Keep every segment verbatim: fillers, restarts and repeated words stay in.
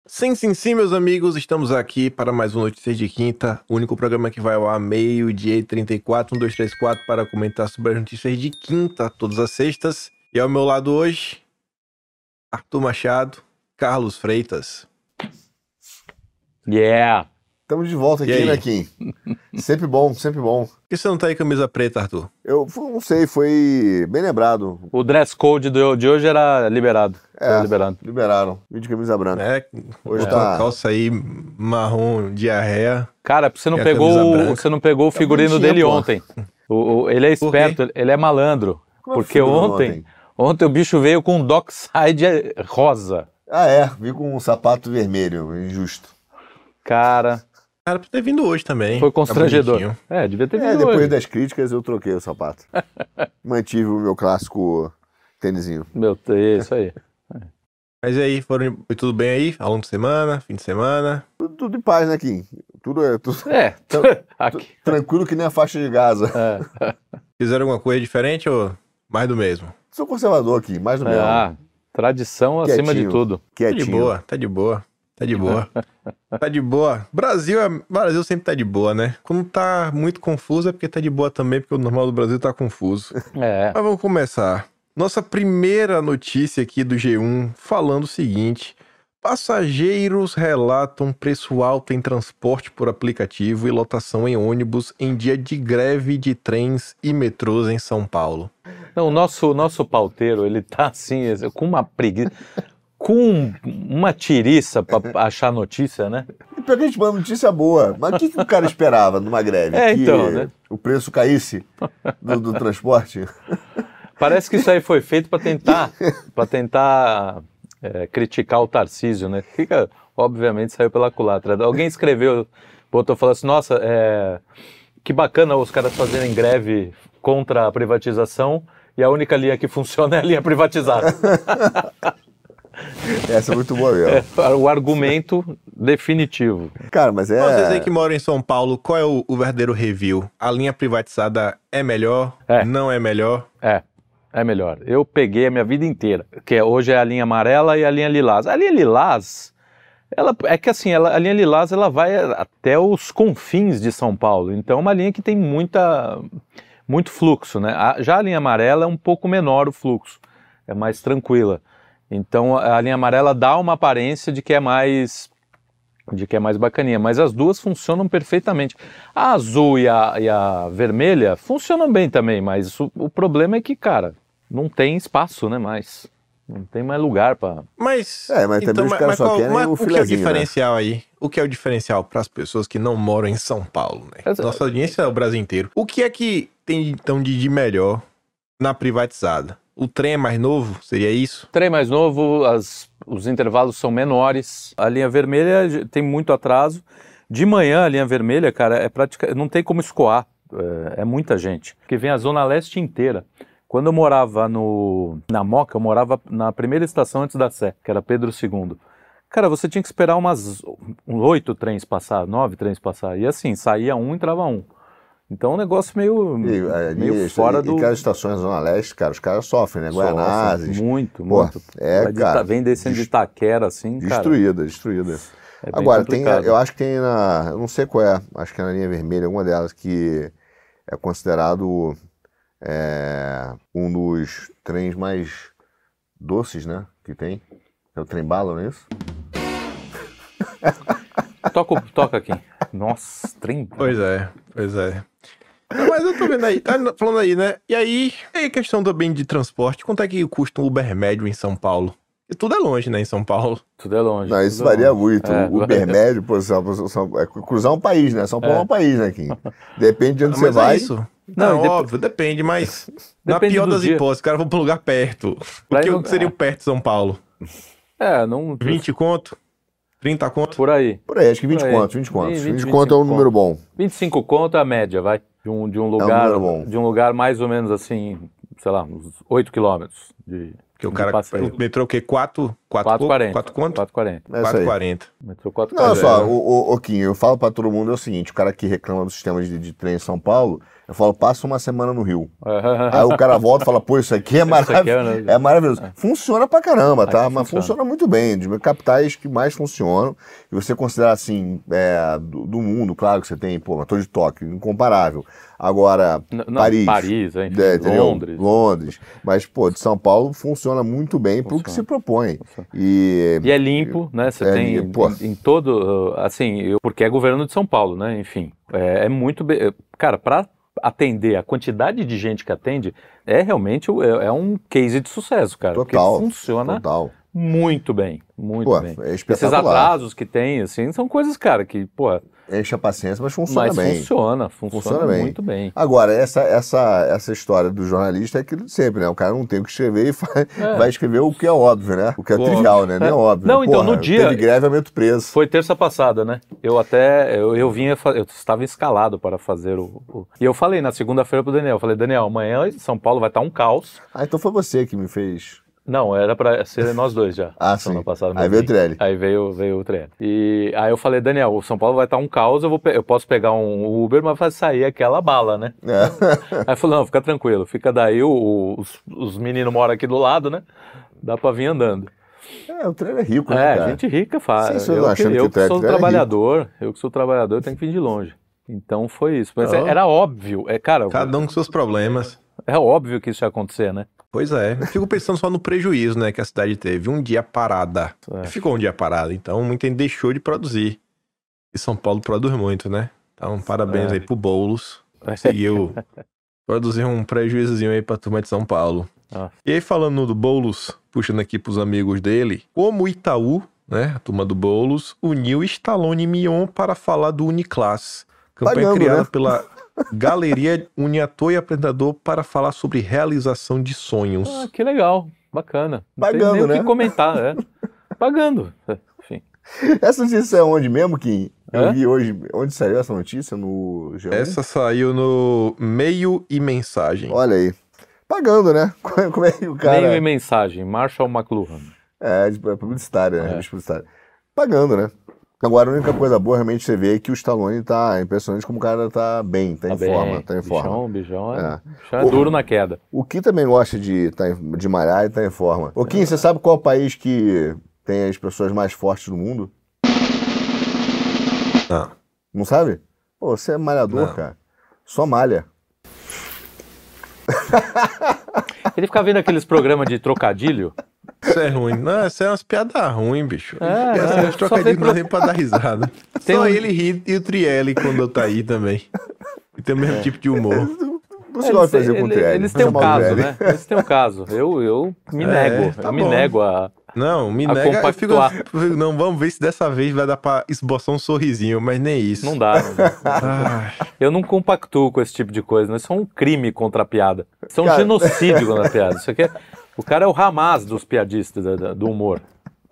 Sim, sim, sim, meus amigos, estamos aqui para mais um Notícias de Quinta, o único programa que vai ao ar meio-dia e trinta e quatro, um, dois, três, quatro, para comentar sobre as notícias de quinta, todas as sextas. E ao meu lado hoje, Arthur Machado, Carlos Freitas. Yeah! Estamos de volta aqui, né, Kim? Sempre bom, sempre bom. Por que você não tá aí camisa preta, Arthur? Eu não sei, foi bem lembrado. O dress code do, de hoje era liberado. É, Era liberado. liberaram. Vídeo de camisa branca. É, Hoje botou tá- uma calça aí marrom, diarreia. Cara, você não, E a pegou, camisa o- branca? você não pegou o figurino bonitinha, dele pô. ontem. O, o- ele é Por quê? esperto, ele é malandro. Como é que Porque foi ontem, ontem? ontem o bicho veio com um dockside rosa. Ah, é. Vi com um sapato vermelho, injusto. Cara, Era pra ter vindo hoje também. foi Tá constrangedor. bonitinho. É, devia ter É, vindo depois hoje. das críticas eu troquei o sapato. Mantive o meu clássico tênisinho. Meu, é isso aí. Mas e aí, foram, foi tudo bem aí? Ao longo de semana, fim de semana? Tudo, tudo em paz, né, Kim? Tudo é tudo É, Então, aqui. tranquilo que nem a faixa de Gaza. É. Fizeram alguma coisa diferente ou mais do mesmo? Sou conservador aqui, mais do mesmo. Ah, tradição acima de Quietinho. tudo. Tá Quietinho. de boa, tá de boa. Tá de boa. Tá de boa. Brasil, é... Brasil sempre tá de boa, né? Quando tá muito confuso é porque tá de boa também, porque o normal do Brasil tá confuso. É. Mas vamos começar. Nossa primeira notícia aqui do G um falando o seguinte: passageiros relatam preço alto em transporte por aplicativo e lotação em ônibus em dia de greve de trens e metrôs em São Paulo. Não, o nosso, nosso pauteiro, ele tá assim, com uma preguiça, com uma tiriça pra achar notícia, né? E pior que a gente manda notícia boa. Mas o que, que o cara esperava numa greve? É, que então, né? o preço caísse do, do transporte? Parece que isso aí foi feito para tentar, para tentar é, criticar o Tarcísio, né? Fica, obviamente, saiu pela culatra. Alguém escreveu, botou, falou assim, nossa, é, que bacana os caras fazerem greve contra a privatização e a única linha que funciona é a linha privatizada. Essa é muito boa mesmo. É o argumento definitivo. Cara, mas é... Vocês aí que moram em São Paulo, qual é o, o verdadeiro review? A linha privatizada é melhor? É. Não é melhor? É, é melhor. Eu peguei a minha vida inteira, que é- hoje é a linha amarela e a linha lilás. A linha lilás, ela, é que assim, ela, a linha lilás ela vai até os confins de São Paulo, então é uma linha que tem muita, muito fluxo, né? A- já a linha amarela é um pouco menor o fluxo, é mais tranquila. Então a linha amarela dá uma aparência de que é mais, de que é mais bacaninha, mas as duas funcionam perfeitamente. A azul e a, e a vermelha funcionam bem também, mas o, o problema é que, cara, não tem espaço, né, mais. Não tem mais lugar para. Mas, É, mas também os caras só querem o o que é o filezinho, diferencial aí? O que é o diferencial para as pessoas que não moram em São Paulo, né? Essa- Nossa audiência é o Brasil inteiro. O que é que tem então de, de melhor na privatizada? O trem é mais novo? Seria isso? Trem mais novo, as, os intervalos são menores. A linha vermelha j- tem muito atraso. De manhã, a linha vermelha, cara, é prática, não tem como escoar. É, é muita gente. Porque vem a Zona Leste inteira. Quando eu morava no, na Moca, eu morava na primeira estação antes da Sé, que era Pedro segundo. Cara, você tinha que esperar umas um, oito trens passar, nove trens passar. E assim, saía um, entrava um. Então é um negócio meio, E, ali, meio fora e, do... E aquelas estações da Zona Leste, cara, os caras sofrem, né? Guaianazes. Sofre Muito, Pô, muito. é, Vai de cara, Ita- Vem descendo de des- Itaquera, assim, cara. Destruída, destruída. É bem Agora, tem, complicado. eu acho que tem na... Eu não sei qual é, acho que é na linha vermelha, alguma delas, que é considerado é, um dos trens mais doces, né? Que tem. É o trem bala, não é isso? Toca, o- toca aqui. Nossa, trem. Pois é, pois é. Não, mas eu tô vendo aí, tá falando aí, né? E aí, e aí questão também de transporte, quanto é que custa um Uber médio em São Paulo? E tudo é longe, né, em São Paulo. Tudo é longe. Não, isso tudo é varia longe. muito. É, o Uber médio, pô, São- São- é cruzar um país, né? São Paulo é, um país, né, Kim? Depende de onde Ah, você mas vai. é isso. Não, Não, e dep- óbvio, depende, mas na Depende pior do das dia. hipóteses, os caras vão pra um lugar perto. O Pra que, ir o no- que seria é. o perto de São Paulo? É, não. vinte conto? trinta conto? Por aí. Por aí, acho que vinte Por aí. contos, vinte contos. vinte, vinte vinte conto é um conto. número bom. vinte e cinco conto é a média, vai. De um, de um lugar. número bom. De um lugar mais ou menos assim, sei lá, uns oito quilômetros de, Porque o De cara, passeio. o metrô é o quê? quatro, quatro e quarenta. quatro quanto? quatro e quarenta. É isso quatro e aí. quarenta. Metrô quatro e Não, olha quarenta. só, o, o, o Kim, eu falo pra todo mundo é o seguinte, o cara que reclama do sistema de, de trem em São Paulo, eu falo, passa uma semana no Rio. Aí o cara volta e fala, pô, isso aqui é, Isso aqui é, marav né? é maravilhoso. Funciona pra caramba, tá? Aqui Mas funciona. funciona muito bem, de capitais que mais funcionam. E você considerar assim, é, do, do mundo, claro que você tem, pô, motor de Tóquio, incomparável. Agora, N- não, Paris, Paris, é, enfim, é, entendeu? Londres. Londres. Mas, pô, de São Paulo funciona muito bem pro que Funciona. se propõe. E, E é limpo, né? Você É, tem e, pô. em, em todo, uh, assim, eu, porque é governo de São Paulo, né? Enfim, é, é muito, be- cara, para atender a quantidade de gente que atende, é realmente o- é, é um case de sucesso, cara, total, porque funciona total. muito bem, muito Pô, bem. é Esses espetacular. atrasos que tem, assim, são coisas, cara, que, pô, Enche a paciência, mas funciona mas bem. funciona, funciona, Funciona bem. muito bem. Agora, essa, essa, essa história do jornalista é aquilo de sempre, né? O cara não tem o que escrever e vai, É. vai escrever o que é óbvio, né? O que é O trivial, né? Nem É. óbvio. Não, né? então, Porra, no dia- Teve greve, aumento preso. Foi terça passada, né? Eu até, eu, eu vinha, fa- eu estava escalado para fazer o, o- e eu falei na segunda-feira pro Daniel, eu falei, Daniel, amanhã em São Paulo vai estar um caos. Ah, então foi você que me fez. Não, era pra ser nós dois já. Ah, semana sim. passada, Aí mas veio o vim. Trelli. Aí veio, veio o Trelli. E aí eu falei, Daniel, o São Paulo vai estar um caos, eu, vou, pe- eu posso pegar um Uber, mas vai sair aquela bala, né? É. Aí ele falou, não, fica tranquilo, fica daí, o- o- os, os meninos moram aqui do lado, né? Dá pra vir andando. É, o treino é rico, É, né, cara? gente rica faz. Vocês estão Eu, que, achando que eu o que Trelli sou é trabalhador, eu que sou trabalhador, eu tenho que vir de longe. Então foi isso. Mas Oh. é- era óbvio, é, cara, Cada um com seus problemas. é óbvio que isso ia acontecer, né? Pois é. Eu fico pensando só no prejuízo, né, que a cidade teve. Um dia parada. É. Ficou um dia parada, então muita gente deixou de produzir. E São Paulo produz muito, né? Então, parabéns É. aí pro Boulos. Conseguiu produzir um prejuízozinho aí pra turma de São Paulo. Nossa. E aí, falando do Boulos, puxando aqui pros amigos dele, como o Itaú, né, a turma do Boulos, uniu Stallone e Mion para falar do Uniclass. Campanha Pagando, criada né? pela Galeria une ator e apresentador para falar sobre realização de sonhos. Ah, que legal, bacana. Não Pagando, tem nem o né? que comentar, é. Pagando. É, enfim. Essa notícia é onde mesmo, Kim? Eu Hã? vi hoje. Onde saiu essa notícia? No G um? Essa saiu no Meio e Mensagem. Olha aí. Pagando, né? Como é que o cara... Meio e mensagem, Marshall McLuhan. É, de- é publicitária, né? É. Revista publicitária. Pagando, né? Agora, a única coisa boa realmente você vê é que o Stallone tá é impressionante como o cara tá bem, tá, Tá em bem. forma, tá em forma. Bichão, bichão é, É. bichão é duro na queda. O Kim também gosta de, tá em- de malhar e tá em forma. Ô Kim, você sabe qual é o país que tem as pessoas mais fortes do mundo? Não. Não sabe? Pô, você é malhador, Não. cara. Só malha. Ele fica vendo aqueles programas de trocadilho. Isso é ruim. Não, isso é umas piadas ruins, bicho. É, e é, assim, os só trocadilhos vem não pro- nem pra dar risada. Tem Só um- ele ri e o Trielli quando tá aí também. E tem o mesmo tipo de humor. Você gosta de fazer com o ele- Trelli. Eles têm um chamar o caso, Trelli. né? Eles têm um caso. Eu, eu me É, nego. tá eu me bom. nego a. Não, me A nega. Eu fico, compactuar. eu fico, não, vamos ver se dessa vez vai dar pra esboçar um sorrisinho, mas nem isso. Não dá. Não dá. Ai, Eu não compactuo com esse tipo de coisa. Não. Isso é um crime contra a piada. Isso é um Cara. genocídio contra a piada. Isso aqui é... O cara é o Hamas dos piadistas da- da- do humor.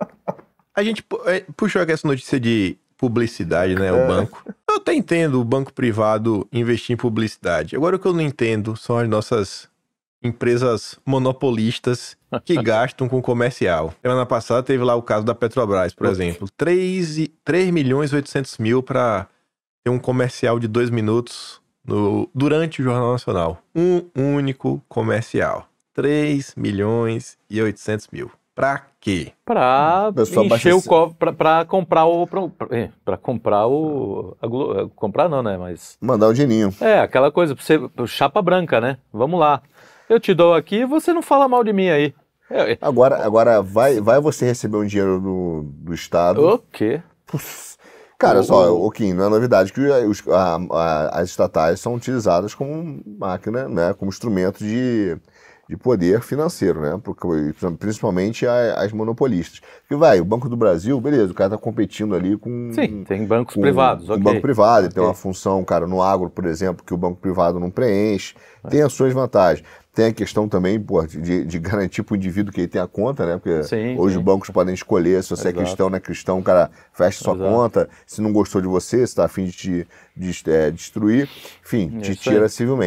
a gente pu- é, puxou aqui essa notícia de publicidade, né? O banco. Eu até entendo o banco privado investir em publicidade. Agora o que eu não entendo são as nossas empresas monopolistas que gastam com comercial. Semana passada teve lá o caso da Petrobras, por exemplo. três milhões e oitocentos mil para ter um comercial de dois minutos no, durante o Jornal Nacional. Um único comercial. três milhões e oitocentos mil. Pra quê? Pra Pessoal encher o abastecer. copo, pra, pra comprar o... Pra, pra- é, pra comprar o... a Glo- comprar não, né? Mas... Mandar um dinheirinho. É, aquela coisa, pra você, chapa branca, né? Vamos lá. Eu te dou aqui e você não fala mal de mim aí. É, é, Agora, agora vai, vai você receber um dinheiro do, do Estado. o quê? Cara, O- só, o- o Kim, não é novidade que os- a- a- as estatais são utilizadas como máquina, né, como instrumento de, de poder financeiro, né, porque, principalmente a- as monopolistas. Porque vai, o Banco do Brasil, beleza, o cara está competindo ali com... Sim, tem bancos com, privados, com ok. banco privado, ele tem Ok. uma função, cara, no agro, por exemplo, que o banco privado não preenche, tem as suas vantagens. Tem a questão também, pô, de, de garantir para o indivíduo que ele tem a conta, né? Porque Sim, hoje sim. os bancos podem escolher se você é Exato. cristão ou não é cristão, o cara fecha sua Exato. conta, se não gostou de você, se está afim de te de, é, destruir, enfim, te Isso tira aí. civilmente.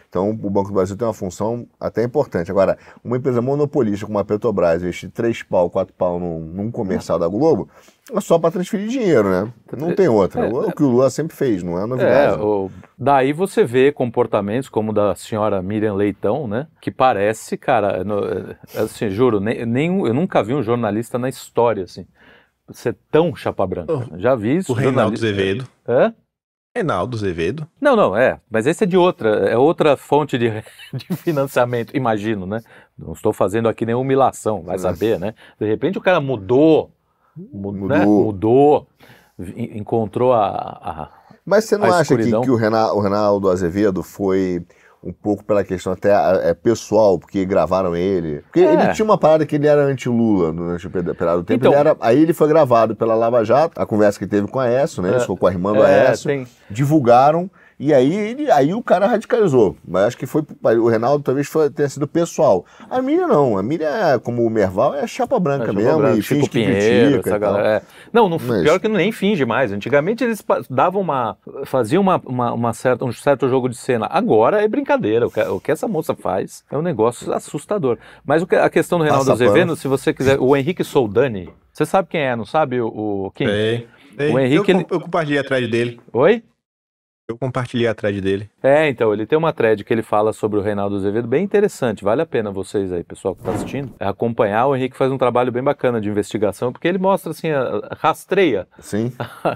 Então, o Banco do Brasil tem uma função até importante. Agora, uma empresa monopolista como a Petrobras investir três pau, quatro pau num, num comercial da Globo, é só para transferir dinheiro, né? Não tem outra. É, o que o Lula sempre fez, não é novidade. É, o, daí você vê comportamentos como o da senhora Miriam Leitão, né? Que parece, cara, no, assim, juro, nem, nem, eu nunca vi um jornalista na história, assim, ser tão chapa branca. Oh, Já vi isso. O Reinaldo Azevedo. Hã? Reinaldo Azevedo. Não, não, é. Mas esse é de outra, é outra fonte de, de financiamento, imagino, né? Não estou fazendo aqui nenhuma humilhação, vai saber, né? De repente o cara mudou, mudou, né? mudou encontrou a, a Mas você não acha que, que o, Reinaldo, o Reinaldo Azevedo foi um pouco pela questão até é, pessoal, porque gravaram ele? Porque é. ele tinha uma parada que ele era anti-Lula durante o período do tempo. Então, ele era, aí ele foi gravado pela Lava Jato, a conversa que teve com a Aécio, né? É, ele ficou com a irmã do é, Aécio, tem... divulgaram. E aí, ele, aí o cara radicalizou. Mas acho que foi. O Reinaldo talvez foi, tenha sido pessoal. A Miriam não. A Miriam, como o Merval, é chapa branca é, chapa mesmo. Branca, e Chico finge Pinheiro, que critica. Essa galera, é. Não, não Mas... pior que nem finge mais. Antigamente eles davam uma. faziam uma, uma, uma certa, um certo jogo de cena. Agora é brincadeira. O que, o que essa moça faz é um negócio assustador. Mas o que, a questão do Reinaldo Azevedo, se você quiser. O Henrique Soldani, você sabe quem é, não sabe? O, o quem? Sei. Sei. O Henrique. Eu, ele... eu compartilhei a thread dele. Oi? Eu compartilhei a thread dele. É, então, ele tem uma thread que ele fala sobre o Reinaldo Azevedo, bem interessante, vale a pena vocês aí, pessoal que está assistindo, é acompanhar. O Henrique faz um trabalho bem bacana de investigação, porque ele mostra, assim, a, rastreia Sim.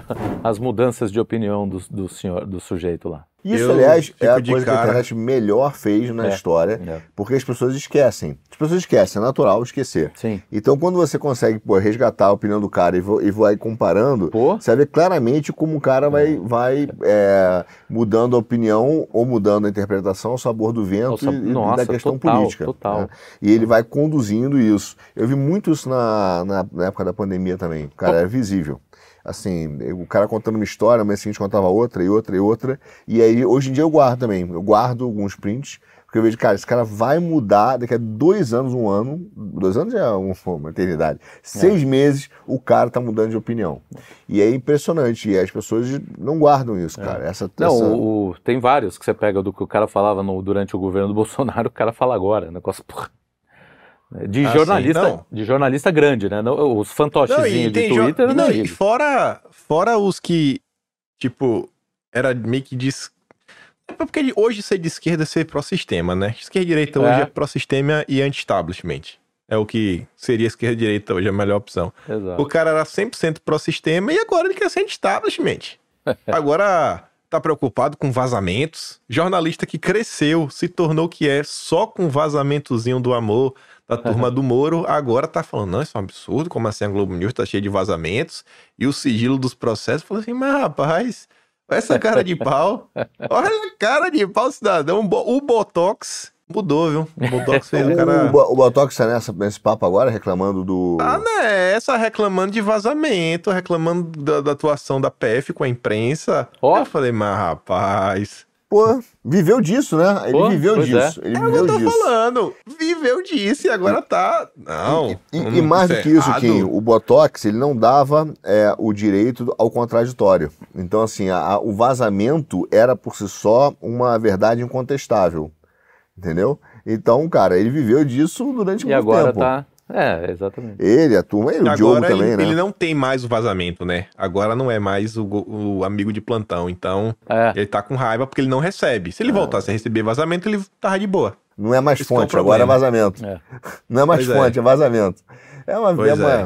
as mudanças de opinião do, do, senhor, do sujeito lá. Isso, eu aliás, é a coisa cara. que a internet melhor fez na é, história, é. porque as pessoas esquecem. As pessoas esquecem, é natural esquecer. Sim. Então, quando você consegue pô, resgatar a opinião do cara e, vo, e vai comparando, pô. você vê claramente como o cara vai, vai é, mudando a opinião ou mudando a interpretação ao sabor do vento Nossa, e, nossa, e da questão total, política. Total. Né? E ele vai conduzindo isso. Eu vi muito isso na, na, na época da pandemia também. Cara, é visível. Assim, o cara contando uma história, mas seguinte contava outra e outra e outra. E aí, hoje em dia eu guardo também. Eu guardo alguns prints, porque eu vejo, cara, esse cara vai mudar daqui a dois anos, um ano. Dois anos é uma eternidade. Seis é. meses, o cara tá mudando de opinião. E é impressionante. E as pessoas não guardam isso, é. cara. Essa, não, essa... O, o, tem vários que você pega do que o cara falava no, durante o governo do Bolsonaro, o cara fala agora. Negócio, porra. De, ah, jornalista, de jornalista grande, né? Os fantochezinhos de Twitter. Jo... Não, e fora, fora os que, tipo, era meio que de... Porque hoje ser de esquerda é ser pró-sistema, né? Esquerda e direita hoje é, é pró-sistema e anti-establishment. É o que seria esquerda e direita hoje, a melhor opção. Exato. O cara era cem por cento pró-sistema e agora ele quer ser anti-establishment. Agora tá preocupado com vazamentos. Jornalista que cresceu, se tornou o que é, só com vazamentozinho do amor da turma do Moro, agora tá falando, não, isso é um absurdo, como assim a Globo News tá cheia de vazamentos, e o sigilo dos processos, falou assim, mas rapaz, essa cara de pau, olha a cara de pau, cidadão, o Botox mudou, viu? O Botox fez o cara... O, o Botox tá nessa, nesse papo agora, reclamando do... Ah, nessa, reclamando de vazamento, reclamando da, da atuação da P F com a imprensa. Oh. Eu falei, mas rapaz... Pô, viveu disso, né? Ele Pô, viveu disso. É. Ele é viveu eu tô disso. falando. Viveu disso e agora tá... Não. E, e, e mais do que isso, Kim, o Botox, ele não dava é, o direito ao contraditório. Então, assim, a, a, o vazamento era por si só uma verdade incontestável. Entendeu? Então, cara, ele viveu disso durante e muito agora tempo. Tá... É, exatamente. Ele, a turma, e o agora Diogo ele, também, né? Ele não tem mais o vazamento, né? Agora não é mais o, o amigo de plantão. Então, é. ele tá com raiva porque ele não recebe. Se ele é. voltasse a receber vazamento, ele tava de boa. Não é mais Esse fonte, é agora é vazamento. É. Não é mais pois fonte, é. é vazamento. É uma... É uma,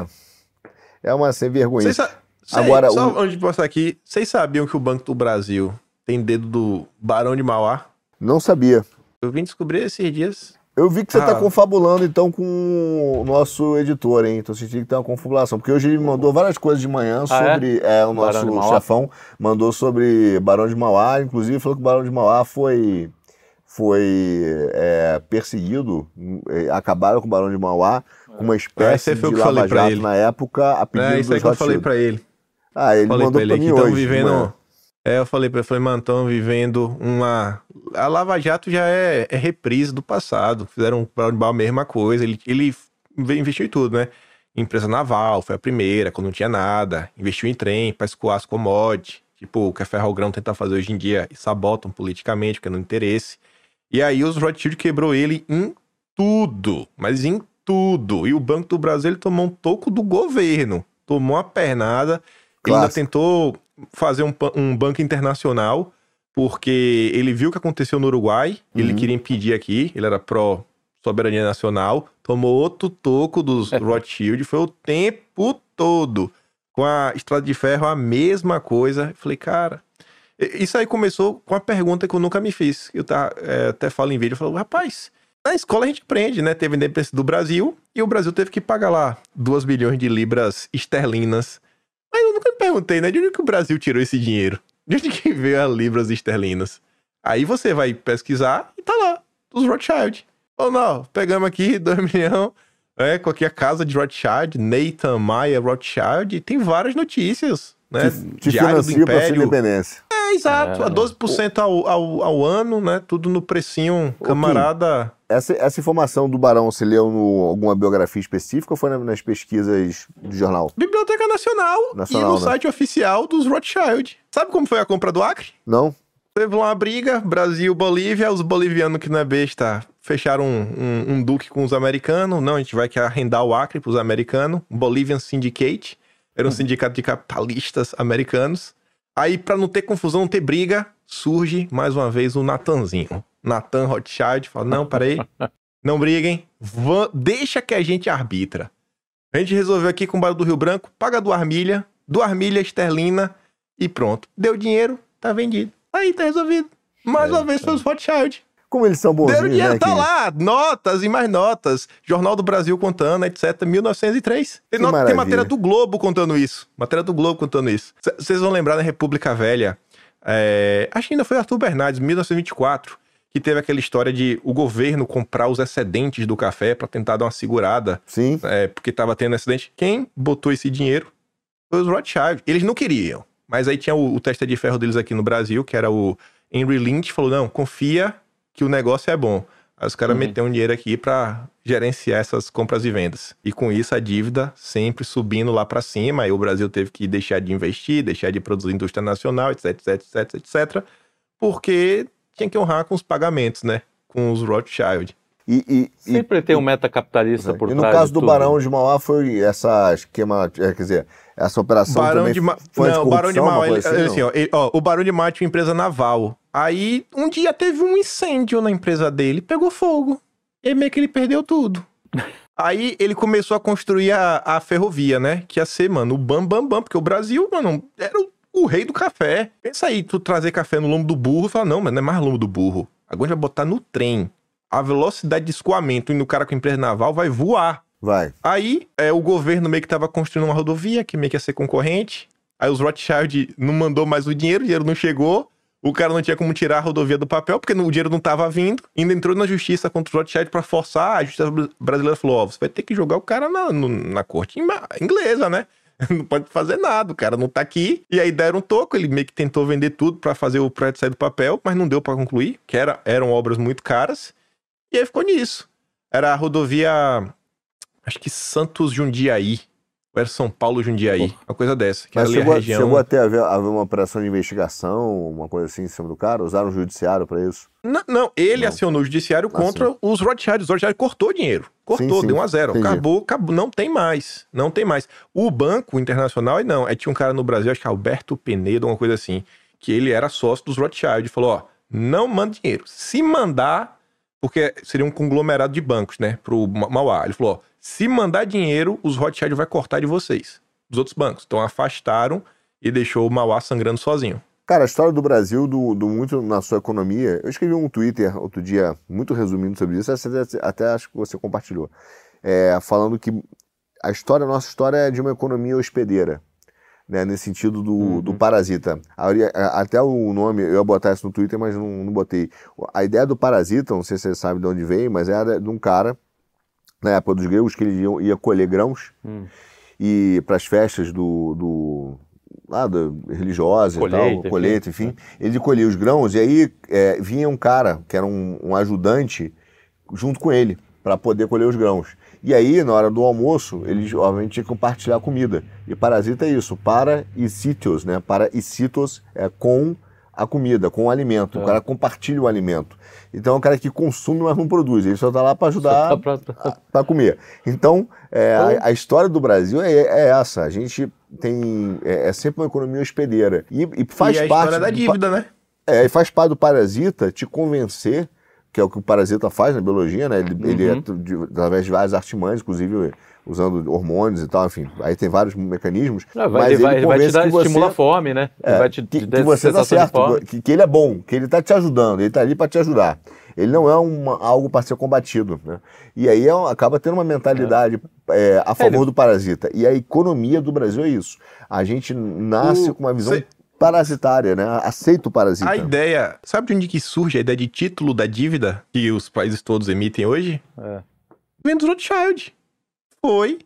é uma sem vergonha. Sa- agora, só o... antes de passar aqui, vocês sabiam que o Banco do Brasil tem dedo do Barão de Mauá? Não sabia. Eu vim descobrir esses dias... Eu vi que você ah. tá confabulando, então, com o nosso editor, hein? Então, você tinha que ter uma confabulação. Porque hoje ele mandou várias coisas de manhã sobre... Ah, é? é, o nosso chefão mandou sobre Barão de Mauá. Inclusive, falou que o Barão de Mauá foi, foi é, perseguido. É, acabaram com o Barão de Mauá com uma espécie ah, de lava-jato na época, a pedido é, isso aí que eu falei pra ele. Ah, ele falei mandou pra, pra ele mim que hoje. Vivendo... É, eu falei pra ele, falei, mano, estão vivendo uma... A Lava Jato já é, é reprise do passado. Fizeram um Barão de Mauá a mesma coisa. Ele, ele investiu em tudo, né? Empresa naval, foi a primeira, quando não tinha nada. Investiu em trem pra escoar as commodities. Tipo, o que a Ferrogrão tenta fazer hoje em dia e sabotam politicamente, porque não interesse. E aí os Rothschild quebrou ele em tudo, mas em tudo. E o Banco do Brasil ele tomou um toco do governo, tomou uma pernada. Ele ainda tentou fazer um, um banco internacional, porque ele viu o que aconteceu no Uruguai, uhum. ele queria impedir aqui, ele era pró-soberania nacional, tomou outro toco dos Rothschild, foi o tempo todo. Com a Estrada de Ferro, a mesma coisa. Eu falei, cara... Isso aí começou com uma pergunta que eu nunca me fiz. Eu tá, é, até falo em vídeo, eu falo, rapaz, na escola a gente aprende, né? Teve a independência do Brasil, e o Brasil teve que pagar lá duas bilhões de libras esterlinas. Mas eu nunca me perguntei, né? De onde que o Brasil tirou esse dinheiro? De onde que veio as libras esterlinas? Aí você vai pesquisar e tá lá, os Rothschild. Ou não, pegamos aqui dois milhões, é, com aqui a casa de Rothschild, Nathan Mayer Rothschild, tem várias notícias, né? Te, te financia pra sua independência. É, exato, é. A doze por cento ao, ao, ao ano, né? Tudo no precinho, camarada... Essa, essa informação do Barão, você leu no alguma biografia específica ou foi nas, nas pesquisas do jornal? Biblioteca Nacional, Nacional e no né? site oficial dos Rothschild. Sabe como foi a compra do Acre? Não. Teve uma briga, Brasil-Bolívia, os bolivianos que não é besta, fecharam um, um, um duque com os americanos. Não, a gente vai arrendar o Acre pros americanos. Bolivian Syndicate, era um hum. sindicato de capitalistas americanos. Aí, pra não ter confusão, não ter briga, surge mais uma vez o Natanzinho. Nathan Rothschild fala, não, peraí, não briguem, Vã, deixa que a gente arbitra. A gente resolveu aqui com o Barão do Rio Branco, paga duas milhas, duas milhas esterlina e pronto. Deu dinheiro, tá vendido. Aí, tá resolvido. Mais é, uma vez foi os Rothschild. Como eles são bonzinhos, Deram dinheiro, né, tá que... lá, notas e mais notas. Jornal do Brasil contando, etcétera. mil novecentos e três. Tem, not... Tem matéria do Globo contando isso. Matéria do Globo contando isso. Vocês vão lembrar na República Velha, é... acho que ainda foi Arthur Bernardes, mil novecentos e vinte e quatro, que teve aquela história de o governo comprar os excedentes do café pra tentar dar uma segurada. Sim. É, porque tava tendo excedente. Quem botou esse dinheiro foi os Rothschild. Eles não queriam. Mas aí tinha o, o testa de ferro deles aqui no Brasil, que era o Henry Lynch, falou, não, confia que o negócio é bom. Aí os caras uhum. meteram um dinheiro aqui pra gerenciar essas compras e vendas. E com isso a dívida sempre subindo lá pra cima, aí o Brasil teve que deixar de investir, deixar de produzir indústria nacional, etc, etc, etc, etc, porque tinha que honrar com os pagamentos, né? Com os Rothschild. E, e, sempre e, tem um metacapitalista por trás. E no caso do tudo. Barão de Mauá foi essa esquema, quer dizer, essa operação Barão também de Ma... foi não, de o Barão de Mauá, ele, assim, assim, ó, ele, ó, o Barão de Mauá tinha uma empresa naval. Aí, um dia teve um incêndio na empresa dele, pegou fogo. E meio que ele perdeu tudo. Aí, ele começou a construir a, a ferrovia, né? Que ia ser, mano, o bam, bam, bam. Porque o Brasil, mano, era o, o rei do café. Pensa aí, tu trazer café no lombo do burro e falar, não, mano, não é mais lombo do burro. Agora a gente vai botar no trem. A velocidade de escoamento indo o cara com empresa naval vai voar. Vai. Aí, é, o governo meio que tava construindo uma rodovia, que meio que ia ser concorrente. Aí os Rothschild não mandou mais o dinheiro, o dinheiro não chegou. O cara não tinha como tirar a rodovia do papel, porque o dinheiro não tava vindo. Ainda entrou na justiça contra os Rothschild pra forçar. A justiça brasileira falou, ó, oh, você vai ter que jogar o cara na, no, na corte inglesa, né? Não pode fazer nada, o cara não tá aqui. E aí deram um toco, ele meio que tentou vender tudo pra fazer o projeto sair do papel, mas não deu pra concluir, que era, eram obras muito caras. E aí ficou nisso. Era a rodovia, acho que Santos Jundiaí. Ou era São Paulo Jundiaí. Uma coisa dessa. Que Mas era chegou, ali a região... chegou até a haver, a haver uma operação de investigação, uma coisa assim em cima do cara? Usaram o judiciário pra isso? Não, não ele não. acionou o judiciário contra assim. os Rothschild. Os Rothschild cortou dinheiro. Cortou, sim, sim. deu um a zero. Acabou, acabou, não tem mais. Não tem mais. O Banco Internacional, não. Aí tinha um cara no Brasil, acho que é Alberto Penedo, uma coisa assim, que ele era sócio dos Rothschild. E falou, ó, não manda dinheiro. Se mandar... Porque seria um conglomerado de bancos, né? Pro Mauá. Ele falou, ó, se mandar dinheiro, os Rothschild vai cortar de vocês. Dos outros bancos. Então afastaram e deixou o Mauá sangrando sozinho. Cara, a história do Brasil, do, do muito na sua economia... Eu escrevi um Twitter outro dia, muito resumindo sobre isso, até, até acho que você compartilhou. É, falando que a história, a nossa história é de uma economia hospedeira. Né, nesse sentido do, uhum. do parasita. Até o nome, eu ia botar isso no Twitter, mas não, não botei. A ideia do parasita, não sei se você sabe de onde veio, mas era de um cara, na época dos gregos, que ele ia, ia colher grãos uhum. e para as festas do, do, lá, do religiosas e tal, colheita, enfim. Ele colhia os grãos e aí é, vinha um cara, que era um, um ajudante, junto com ele, para poder colher os grãos. E aí, na hora do almoço, eles, obviamente, tinham que compartilhar a comida. E parasita é isso, para e sítios, né? Para e sítios é com a comida, com o alimento. É. O cara compartilha o alimento. Então é um cara que consome, mas não produz. Ele só está lá para ajudar tá para comer. Então, é, a, a história do Brasil é, é essa. A gente tem... É, é sempre uma economia hospedeira. E, e faz e a parte... história da dívida, do, né? É, e faz parte do parasita te convencer, que é o que o parasita faz na biologia, né? Ele, uhum. ele é de, através de várias artimanhas, inclusive usando hormônios e tal, enfim. Aí tem vários mecanismos. Não, vai, mas ele, vai, ele, ele vai te dar, você, estimula a fome, né? É, ele vai te, que, te que você tá certo, que, que ele é bom, que ele está te ajudando, ele está ali para te ajudar. Ele não é uma, algo para ser combatido, né? E aí é, acaba tendo uma mentalidade é. É, a favor é, ele... do parasita. E a economia do Brasil é isso. A gente nasce o... com uma visão... Cê... parasitária, né? Aceita o parasita. A ideia, sabe de onde que surge a ideia de título da dívida que os países todos emitem hoje? É. Vem dos Rothschild. Foi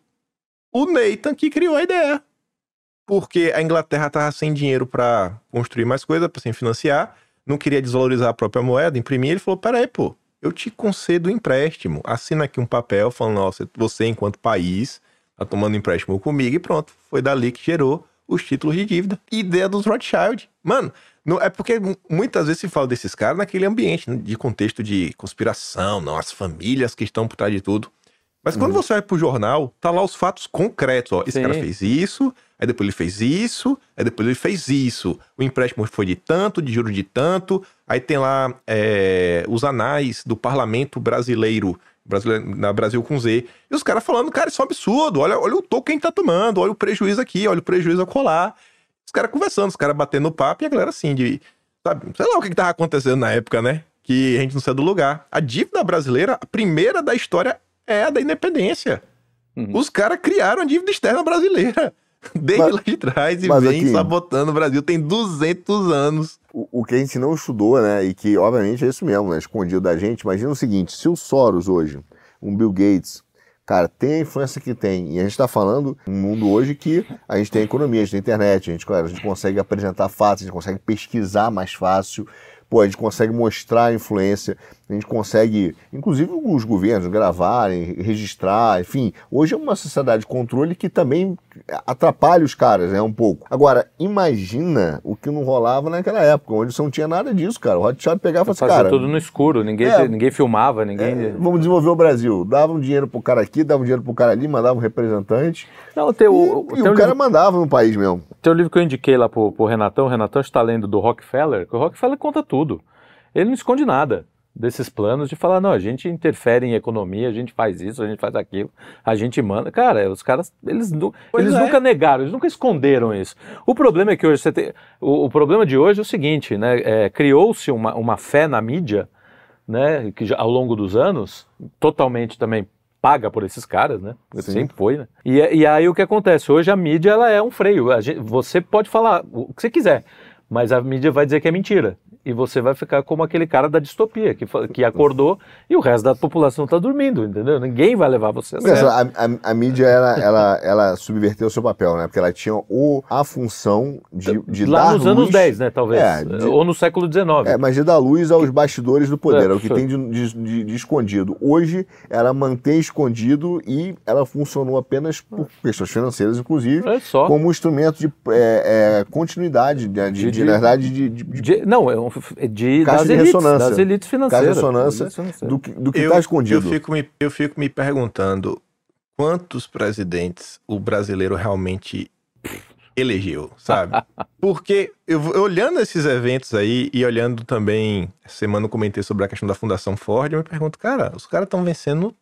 o Nathan que criou a ideia. Porque a Inglaterra estava sem dinheiro para construir mais coisa, para se financiar, não queria desvalorizar a própria moeda, imprimir, ele falou, peraí, pô, eu te concedo um empréstimo, assina aqui um papel falando, nossa, você enquanto país tá tomando empréstimo comigo e pronto. Foi dali que gerou os títulos de dívida. Ideia dos Rothschild. Mano, não, é porque muitas vezes se fala desses caras naquele ambiente, né, de contexto de conspiração, não, as famílias que estão por trás de tudo. Mas quando uhum. você vai pro jornal, tá lá os fatos concretos, ó. Esse Sim. cara fez isso, aí depois ele fez isso, aí depois ele fez isso. O empréstimo foi de tanto, de juros de tanto. Aí tem lá é, os anais do parlamento brasileiro, brasileiro, na Brasil com Z. E os caras falando, cara, isso é um absurdo. Olha, olha o token que tá tomando, olha o prejuízo aqui, olha o prejuízo a colar. Os caras conversando, os caras batendo papo e a galera assim, de, sabe, sei lá o que que tava acontecendo na época, né? Que a gente não saiu do lugar. A dívida brasileira, a primeira da história é a da independência. Uhum. Os caras criaram a dívida externa brasileira. Desde mas, lá de trás e vem aqui, sabotando o Brasil. Tem duzentos anos. O, o que a gente não estudou, né? E que, obviamente, é isso mesmo, né? Escondido da gente. Imagina o seguinte, se o Soros hoje, um Bill Gates, cara, tem a influência que tem. E a gente está falando um mundo hoje que a gente tem economia, a gente tem internet, a gente, a gente consegue apresentar fatos, a gente consegue pesquisar mais fácil. Pô, a gente consegue mostrar a influência, a gente consegue, inclusive os governos, gravarem, registrar, enfim. Hoje é uma sociedade de controle que também atrapalha os caras, né, um pouco. Agora, imagina o que não rolava naquela época, onde você não tinha nada disso, cara. O Rothschild pegava e falava assim, cara... tudo no escuro, ninguém, é, ninguém filmava, ninguém... É, vamos desenvolver o Brasil. Dava um dinheiro pro cara aqui, dava um dinheiro pro cara ali, mandava um representante. Não, tem o, e, e o cara livro, mandava no país mesmo. Tem o livro que eu indiquei lá pro, pro Renatão, o Renatão está lendo do Rockefeller, que o Rockefeller conta tudo. Ele não esconde nada desses planos de falar, não, a gente interfere em economia, a gente faz isso, a gente faz aquilo, a gente manda. Cara, os caras, eles, eles é. nunca negaram, eles nunca esconderam isso. O problema é que hoje você tem, o, o problema de hoje é o seguinte, né, é, criou-se uma, uma fé na mídia, né, que já, ao longo dos anos, totalmente também paga por esses caras, né, Sim. sempre foi, né, e, e aí o que acontece, hoje a mídia ela é um freio, a gente, você pode falar o que você quiser, mas a mídia vai dizer que é mentira. E você vai ficar como aquele cara da distopia, que, que acordou e o resto da população está dormindo, entendeu? Ninguém vai levar você a sério. A, a, a mídia, ela, ela, ela subverteu o seu papel, né? Porque ela tinha o, a função de, de Lá dar nos luz, anos dez, né, talvez. É, de, ou no século dezenove. É, mas de dar luz aos bastidores do poder, é, é o que foi. tem de, de, de escondido. Hoje, ela mantém escondido e ela funcionou apenas por questões financeiras, inclusive, é só. como um instrumento de é, é, continuidade, de, de, de, de, na verdade, de... de, de não, é um... De, das, de elites, ressonância. das elites financeiras. Caixa de ressonância do que do está escondido. Eu fico, me, eu fico me perguntando quantos presidentes o brasileiro realmente elegeu, sabe? Porque eu, olhando esses eventos aí e olhando também, essa semana eu comentei sobre a questão da Fundação Ford, eu me pergunto, cara, os caras estão vencendo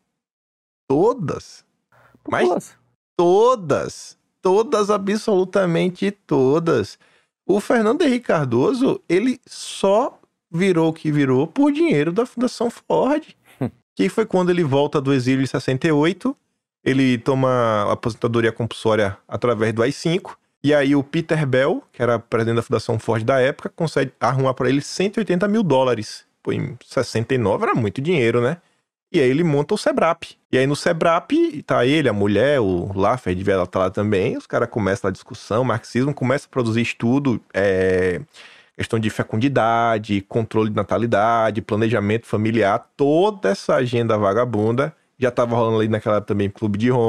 todas. Mas Nossa. todas. Todas, absolutamente todas. O Fernando Henrique Cardoso, ele só virou o que virou por dinheiro da Fundação Ford. Que foi quando ele volta do exílio em sessenta e oito, ele toma a aposentadoria compulsória através do A I cinco, e aí o Peter Bell, que era presidente da Fundação Ford da época, consegue arrumar para ele cento e oitenta mil dólares. Pô, em sessenta e nove era muito dinheiro, né? E aí ele monta o Sebrap. E aí no Sebrap tá ele, a mulher, o Laffer devia estar lá também. Os caras começam a discussão, marxismo, começa a produzir estudo, é, questão de fecundidade, controle de natalidade, planejamento familiar. Toda essa agenda vagabunda já estava rolando ali naquela época também Clube de Roma.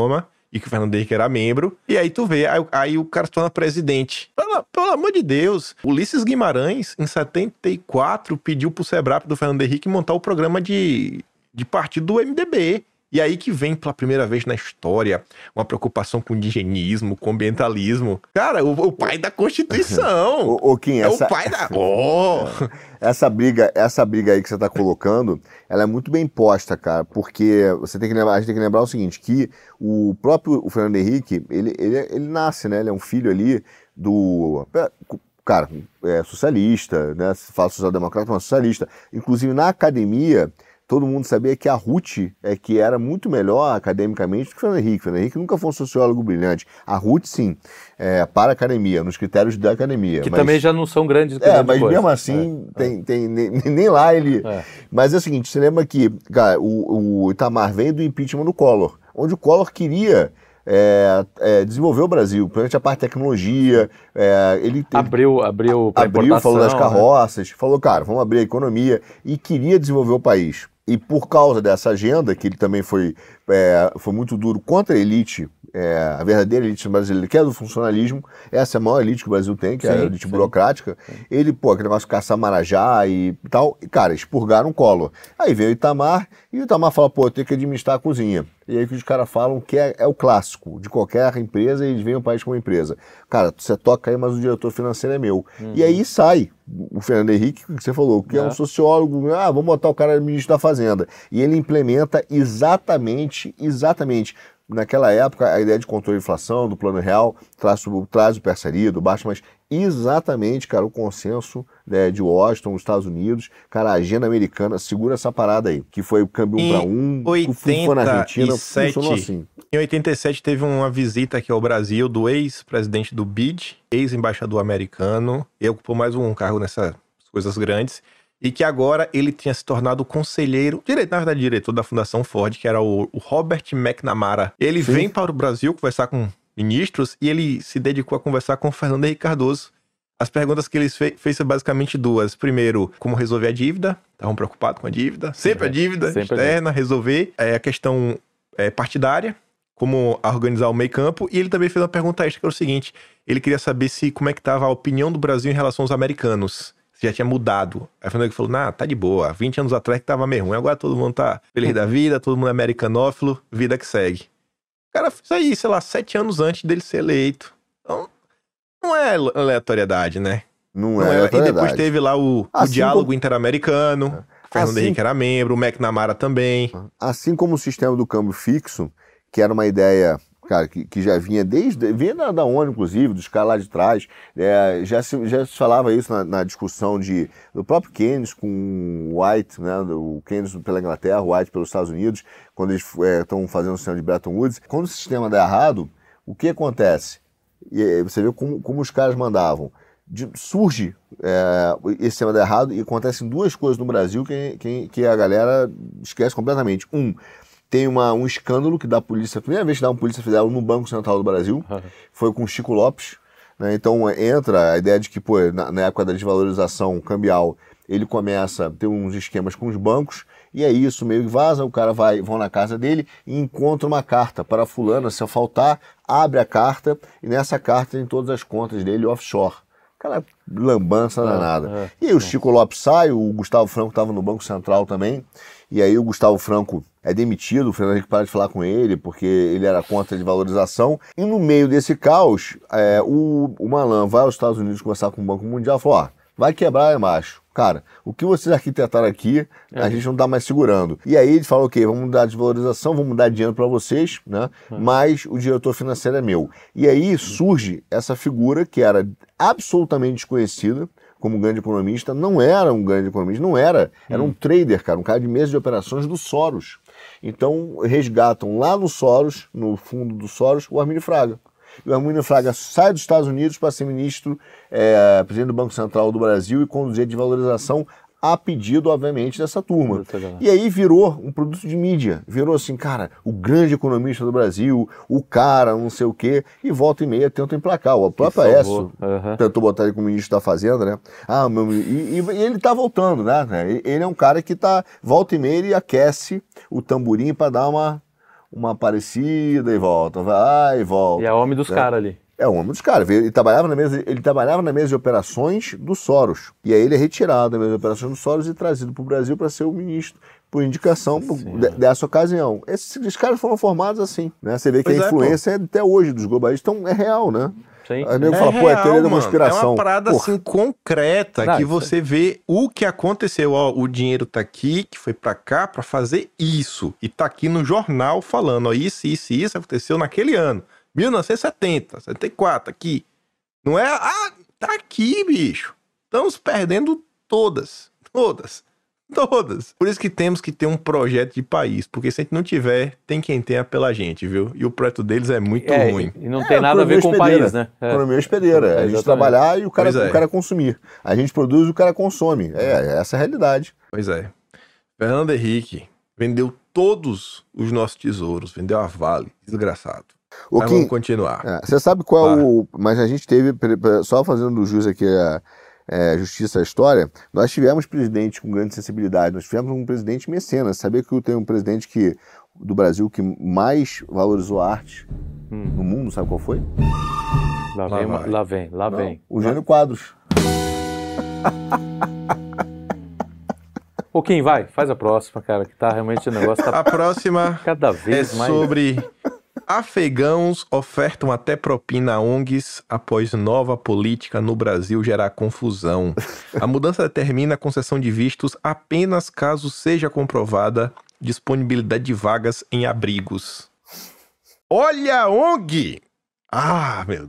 e que o Fernando Henrique era membro. E aí tu vê, aí, aí o cara se torna presidente. Pelo, pelo amor de Deus, Ulisses Guimarães, em setenta e quatro, pediu pro SEBRAP do Fernando Henrique montar o programa de, de partido do M D B. E aí que vem pela primeira vez na história uma preocupação com o indigenismo, com o ambientalismo. Cara, o, o pai da Constituição. o, o Kim, é essa... o pai da... Oh. Essa briga, essa briga aí que você tá colocando, ela é muito bem posta, cara, porque você tem que lembrar, a gente tem que lembrar o seguinte, que o próprio o Fernando Henrique, ele, ele, ele nasce, né? Ele é um filho ali do... Cara, é socialista, né? Se fala social-democrata, mas socialista. Inclusive, na academia... Todo mundo sabia que a Ruth é que era muito melhor academicamente do que o Fernando Henrique. O Fernando Henrique nunca foi um sociólogo brilhante. A Ruth, sim, é, para a academia, nos critérios da academia. Que mas, também já não são grandes. É, mas coisa. mesmo assim, é, tem, é. Tem, nem, nem lá ele... É. Mas é o seguinte, você lembra que cara, o, o Itamar veio do impeachment do Collor, onde o Collor queria... É, é, desenvolver o Brasil, principalmente a parte de tecnologia, é, ele teve, abriu, abriu, abriu falou das carroças, né? Falou, cara, vamos abrir a economia e queria desenvolver o país. E por causa dessa agenda, que ele também foi, é, foi muito duro contra a elite, é, a verdadeira elite brasileira, que é do funcionalismo, essa é a maior elite que o Brasil tem, que sim, é a elite sim. burocrática, sim. Ele, pô, aquele negócio de caçar marajá e tal, e, cara, expurgaram o Collor. Aí veio o Itamar, e o Itamar fala, pô, eu tenho que administrar a cozinha. E aí que os caras falam que é, é o clássico de qualquer empresa, eles veem o país como empresa. Cara, você toca aí, mas o diretor financeiro é meu. Uhum. E aí sai o Fernando Henrique, que você falou, que é, é um sociólogo, ah, vamos botar o cara ministro da Fazenda. E ele implementa exatamente, exatamente, naquela época, a ideia de controle de inflação, do plano real, traz, traz o persaria, do baixo, mas exatamente, cara, o consenso, né, de Washington, os Estados Unidos, cara, a agenda americana, segura essa parada aí, que foi o câmbio um para um, foi na Argentina, sete, funcionou assim. Em oitenta e sete teve uma visita aqui ao Brasil do ex-presidente do B I D, ex-embaixador americano, ele ocupou mais um cargo nessas coisas grandes, e que agora ele tinha se tornado conselheiro, direito, na verdade, diretor da Fundação Ford, que era o, o Robert McNamara. Ele Sim. vem para o Brasil conversar com ministros e ele se dedicou a conversar com o Fernando Henrique Cardoso. As perguntas que ele fez, fez são basicamente duas. Primeiro, como resolver a dívida. Estavam preocupados com a dívida. Sempre a dívida Sempre externa, a resolver. É, a questão é, partidária, como organizar o meio campo. E ele também fez uma pergunta extra, que era o seguinte. Ele queria saber se como é que estava a opinião do Brasil em relação aos americanos. Já tinha mudado. Aí o Fernando falou, nah, tá de boa. vinte anos atrás que tava meio ruim. Agora todo mundo tá feliz da vida, todo mundo é americanófilo, vida que segue. O cara fez aí, sei lá, sete anos antes dele ser eleito. Então, não é aleatoriedade, né? Não, não é aleatoriedade. E depois teve lá o, assim o diálogo como... interamericano. O Fernando assim... Henrique era membro, o McNamara também. Assim como o sistema do câmbio fixo, que era uma ideia... Cara, que, que já vinha desde, vinha da, da ONU, inclusive, dos caras lá de trás, é, já, se, já se falava isso na, na discussão de, do próprio Keynes com o White, né, o Keynes pela Inglaterra, o White pelos Estados Unidos, quando eles estão é, fazendo o sistema de Bretton Woods. Quando o sistema dá errado, o que acontece? E, você vê como, como os caras mandavam. De, surge é, esse sistema dá errado e acontecem duas coisas no Brasil que, que, que a galera esquece completamente. Um, tem uma, um escândalo que dá a polícia, a primeira vez que dá uma polícia federal no Banco Central do Brasil, uhum. foi com o Chico Lopes, né? Então entra a ideia de que, pô, na, na época da desvalorização cambial, ele começa a ter uns esquemas com os bancos, e é isso, meio que vaza, o cara vai, vão na casa dele e encontra uma carta para fulana, se faltar, abre a carta, e nessa carta tem todas as contas dele offshore. Aquela lambança danada. É, é, e aí o Chico Lopes sai, o Gustavo Franco estava no Banco Central também, e aí o Gustavo Franco é demitido, o Fernando Henrique para de falar com ele, porque ele era contra de valorização. E no meio desse caos, é, o, o Malan vai aos Estados Unidos conversar com o Banco Mundial e falou, ó, vai quebrar, é macho. Cara, o que vocês arquitetaram aqui, a é. gente não tá mais segurando. E aí ele falou, ok, vamos dar desvalorização, vamos dar dinheiro para vocês, né? É. Mas o diretor financeiro é meu. E aí surge essa figura que era absolutamente desconhecida, como grande economista, não era um grande economista, não era, era hum. um trader, cara, um cara de mesa de operações do Soros. Então resgatam lá no Soros, no fundo do Soros, o Armínio Fraga. E o Armínio Fraga sai dos Estados Unidos para ser ministro, é, presidente do Banco Central do Brasil e conduzir a desvalorização a pedido, obviamente, dessa turma. E aí virou um produto de mídia. Virou assim, cara, o grande economista do Brasil, o cara, não sei o quê, e volta e meia tenta emplacar. O próprio Aécio uhum. tentou botar ele como ministro da Fazenda, né? Ah, meu, e, e ele tá voltando, né? Ele é um cara que tá, volta e meia, ele aquece o tamborim para dar uma... uma parecida e volta, vai e volta. E é homem dos né? caras ali. É um homem dos caras. Ele trabalhava na mesa, ele trabalhava na mesa de operações do Soros. E aí ele é retirado da mesa de operações do Soros e trazido para o Brasil para ser o ministro, por indicação por, de, dessa ocasião. Esses, esses caras foram formados assim, né? Você vê que pois a influência é, é até hoje dos globalistas, então é real, né? Sim. Aí nego é fala, real, pô, é teoria da mano. conspiração. É uma parada Porra. assim concreta, Não, que isso você vê o que aconteceu. Ó, o dinheiro tá aqui, que foi pra cá pra fazer isso. E tá aqui no jornal falando, ó, isso, isso e isso aconteceu naquele ano. mil novecentos e setenta, setenta e quatro, aqui. Não é, ah, tá aqui, bicho. Estamos perdendo todas, todas, todas. Por isso que temos que ter um projeto de país, porque se a gente não tiver, tem quem tenha pela gente, viu? E o projeto deles é muito é, ruim. E não É, tem nada a ver com o país, né? É. Economia hospedeira. É, a gente exatamente. trabalhar e o cara, Pois é. o cara consumir. A gente produz e o cara consome. É, essa é a realidade. Pois é. Fernando Henrique vendeu todos os nossos tesouros, vendeu a Vale, desgraçado. O Mas Kim, vamos continuar. é, você sabe qual é Vai. o... Mas a gente teve, só fazendo jus aqui a é, justiça à história, nós tivemos presidentes com grande sensibilidade, nós tivemos um presidente mecenas. Sabia que eu tenho um presidente que, do Brasil que mais valorizou a arte Hum. no mundo, sabe qual foi? Lá Lá vem, vai. lá vem, lá Não, vem. o Jânio Quadros. Ô, Kim, vai, faz a próxima, cara, que tá realmente o negócio tá A próxima cada é vez mais... sobre afegãos ofertam até propina a O N Gs após nova política no Brasil gerar confusão. A mudança determina a concessão de vistos apenas caso seja comprovada disponibilidade de vagas em abrigos. Olha a O N G! Ah, meu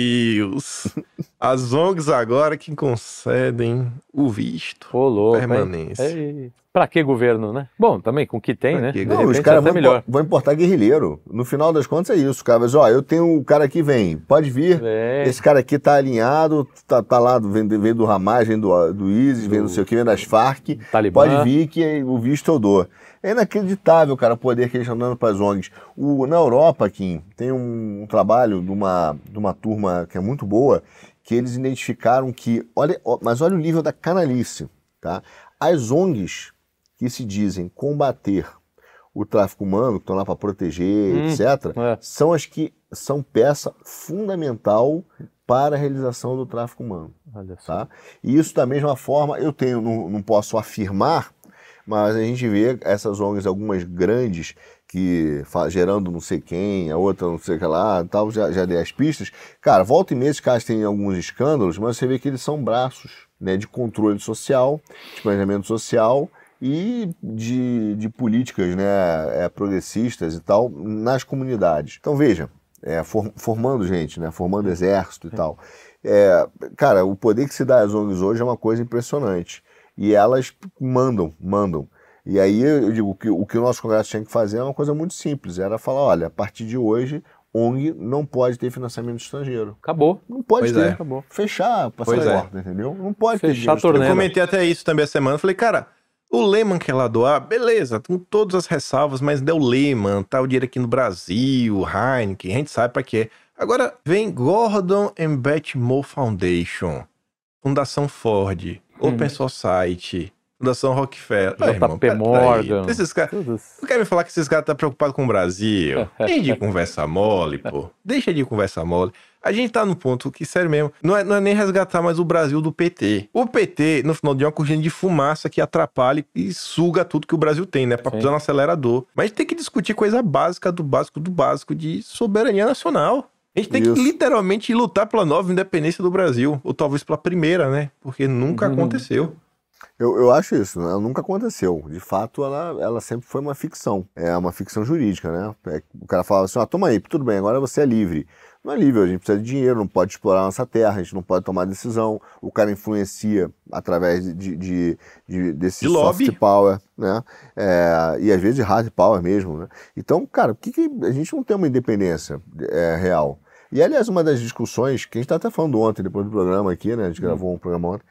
Deus! As O N Gs agora que concedem o visto. Ô, louco, hein? Permanência. Ei, pra que governo, né? Bom, também com o que tem, Pra né? que De Não, repente os caras até vão, melhor. vão importar guerrilheiro. No final das contas é isso. O cara vai dizer, ó, eu tenho o cara que vem, pode vir. É. Esse cara aqui tá alinhado, tá, tá lá, vem, vem do Hamas, vem do, do ISIS, vem não sei o que, vem das Farc. Talibã. Pode vir que o visto eu dou. É inacreditável, cara, o poder que eles estão dando para as O N Gs. O, na Europa, Kim, tem um, um trabalho de uma, de uma turma que é muito boa, que eles identificaram que, olha, ó, mas olha o nível da canalice, tá? As O N Gs que se dizem combater o tráfico humano, que estão lá para proteger, Hum, etcétera, é. são as que são peça fundamental para a realização do tráfico humano. Olha só. Tá? E isso da mesma forma, eu tenho, não, não posso afirmar, mas a gente vê essas O N Gs, algumas grandes, que fa- gerando não sei quem, a outra não sei o que lá, tal, já, já dei as pistas. Cara, volta e meia, esses caras têm alguns escândalos, mas você vê que eles são braços, né, de controle social, de planejamento social e de, de políticas, né, é, progressistas e tal, nas comunidades. Então veja, é, for- formando gente, né, formando exército e tal. É, cara, o poder que se dá às O N Gs hoje é uma coisa impressionante. E elas mandam, mandam. E aí eu digo que o que o nosso Congresso tinha que fazer é uma coisa muito simples, era falar, olha, a partir de hoje, O N G não pode ter financiamento estrangeiro. Acabou. Não pode Pois ter. é. Acabou. Fechar, passar Pois a é. porta, entendeu? Não pode Fechar ter dinheiro a torneira. Eu estrangeiro. comentei até isso também essa semana. Falei, cara, o Lehman quer lá doar, beleza, com todas as ressalvas, mas deu Lehman, tá o dinheiro aqui no Brasil, Heineken, a gente sabe pra quê. Agora vem Gordon and Betty Moore Foundation, Fundação Ford, Open Society, Fundação Rockefeller. Ai, irmão, J P pera- Morgan. peraí. Esses caras... Tudo isso. Tu quer me falar que esses caras estão preocupados com o Brasil? Deixa de conversa mole, pô. Deixa de conversa mole. A gente tá no ponto que, sério mesmo, não é, não é nem resgatar mais o Brasil do P T. O P T, no final de é uma cortina de fumaça que atrapalha e suga tudo que o Brasil tem, né? Pra Sim. pisar no acelerador. Mas a gente tem que discutir coisa básica do básico do básico de soberania nacional. A gente tem Isso. que literalmente lutar pela nova independência do Brasil. Ou talvez pela primeira, né? Porque nunca Uhum. aconteceu. Eu, eu acho isso, né? Nunca aconteceu. De fato, ela, ela sempre foi uma ficção. É uma ficção jurídica, né? É, o cara falava assim, ó, toma aí, tudo bem, agora você é livre. Não é livre, a gente precisa de dinheiro, não pode explorar nossa terra, a gente não pode tomar decisão. O cara influencia através de, de, de desse De soft lobby. power, né? É, e às vezes de hard power mesmo, né? Então, cara, por que, que a gente não tem uma independência é, real? E, aliás, uma das discussões, que a gente está até falando ontem, depois do programa aqui, né? A gente gravou um programa ontem.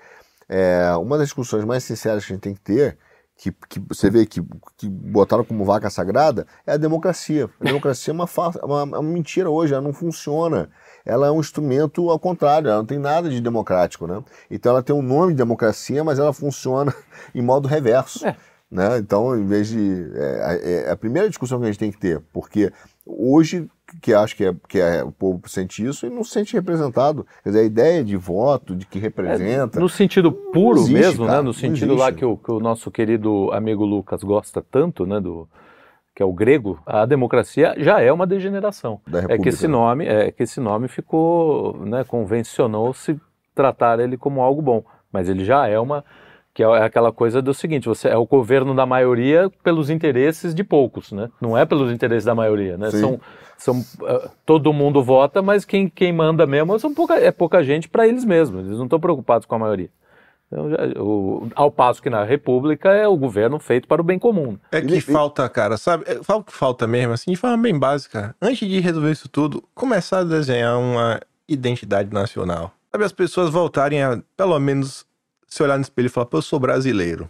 É, uma das discussões mais sinceras que a gente tem que ter, que, que você vê que, que botaram como vaca sagrada, é a democracia. A democracia é uma, fa- uma, uma mentira hoje, ela não funciona. Ela é um instrumento ao contrário, ela não tem nada de democrático, né? Então ela tem um nome de democracia, mas ela funciona em modo reverso. É. né? Então, em vez de... É, é a primeira discussão que a gente tem que ter, porque hoje, que acho que, é, que é, o povo sente isso e não se sente representado. Quer dizer, a ideia de voto, de que representa... É, no sentido puro existe, mesmo, cara, né? No sentido lá que o, que o nosso querido amigo Lucas gosta tanto, né? Do, que é o grego, a democracia já é uma degeneração. Da República, é que esse nome, é que esse nome ficou, né? Convencionou-se tratar ele como algo bom, mas ele já é uma... que é aquela coisa do seguinte, você é o governo da maioria pelos interesses de poucos, né? Não é pelos interesses da maioria, né? São, são, uh, todo mundo vota, mas quem, quem manda mesmo são pouca, é pouca gente para eles mesmos, eles não estão preocupados com a maioria. Então, já, o, ao passo que na República é o governo feito para o bem comum. É que e, falta, cara, sabe? É, falo que falta mesmo, assim, de forma bem básica. Antes de resolver isso tudo, começar a desenhar uma identidade nacional. Sabe, as pessoas voltarem a, pelo menos... se olhar no espelho e falar, pô, eu sou brasileiro.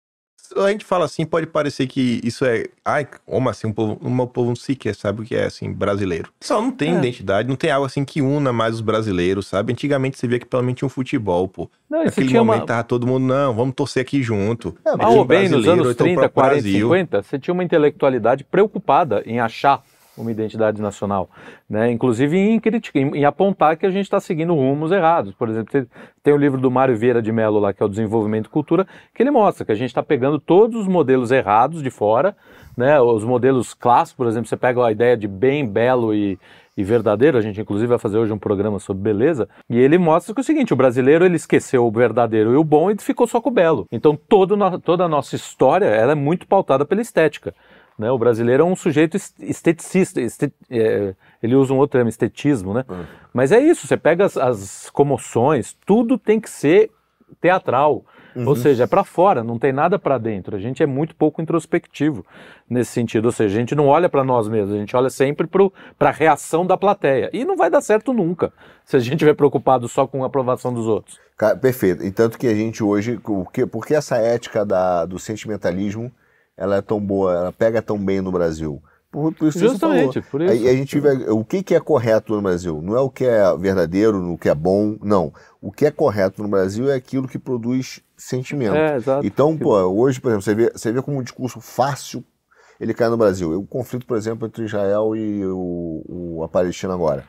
A gente fala assim, pode parecer que isso é... Ai, como assim? Um povo, um povo sequer sabe o que é, assim, brasileiro. Só não tem é. identidade, não tem algo assim que una mais os brasileiros, sabe? Antigamente você via que pelo menos tinha um futebol, pô. Não, Naquele momento uma... tava todo mundo, não, vamos torcer aqui junto. É, mas ou bem, nos anos trinta, quarenta, cinquenta, você tinha uma intelectualidade preocupada em achar uma identidade nacional, né? Inclusive em criticar, em, em apontar que a gente está seguindo rumos errados. Por exemplo, tem o livro do Mário Vieira de Mello lá, que é o Desenvolvimento e Cultura, que ele mostra que a gente está pegando todos os modelos errados de fora, né? Os modelos clássicos, por exemplo, você pega a ideia de bem, belo e, e verdadeiro, a gente inclusive vai fazer hoje um programa sobre beleza, e ele mostra que é o seguinte, o brasileiro ele esqueceu o verdadeiro e o bom e ficou só com o belo. Então todo, toda a nossa história ela é muito pautada pela estética. Né, o brasileiro é um sujeito esteticista, estet, é, ele usa um outro termo, estetismo, né? Uhum. Mas é isso, você pega as, as comoções, tudo tem que ser teatral, uhum. ou seja, é para fora, não tem nada para dentro. A gente é muito pouco introspectivo nesse sentido, ou seja, a gente não olha para nós mesmos, a gente olha sempre para a reação da plateia. E não vai dar certo nunca, se a gente estiver preocupado só com a aprovação dos outros. Cara, perfeito, e tanto que a gente hoje, porque, porque essa ética da, do sentimentalismo ela é tão boa, ela pega tão bem no Brasil. Por, por isso Justamente, por isso. Aí a gente vê o que, que é correto no Brasil. Não é o que é verdadeiro, o que é bom, não. O que é correto no Brasil é aquilo que produz sentimento. É, exato. Então, pô, hoje, por exemplo, você vê, você vê como um discurso fácil ele cai no Brasil. O conflito, por exemplo, entre Israel e o, o, a Palestina agora.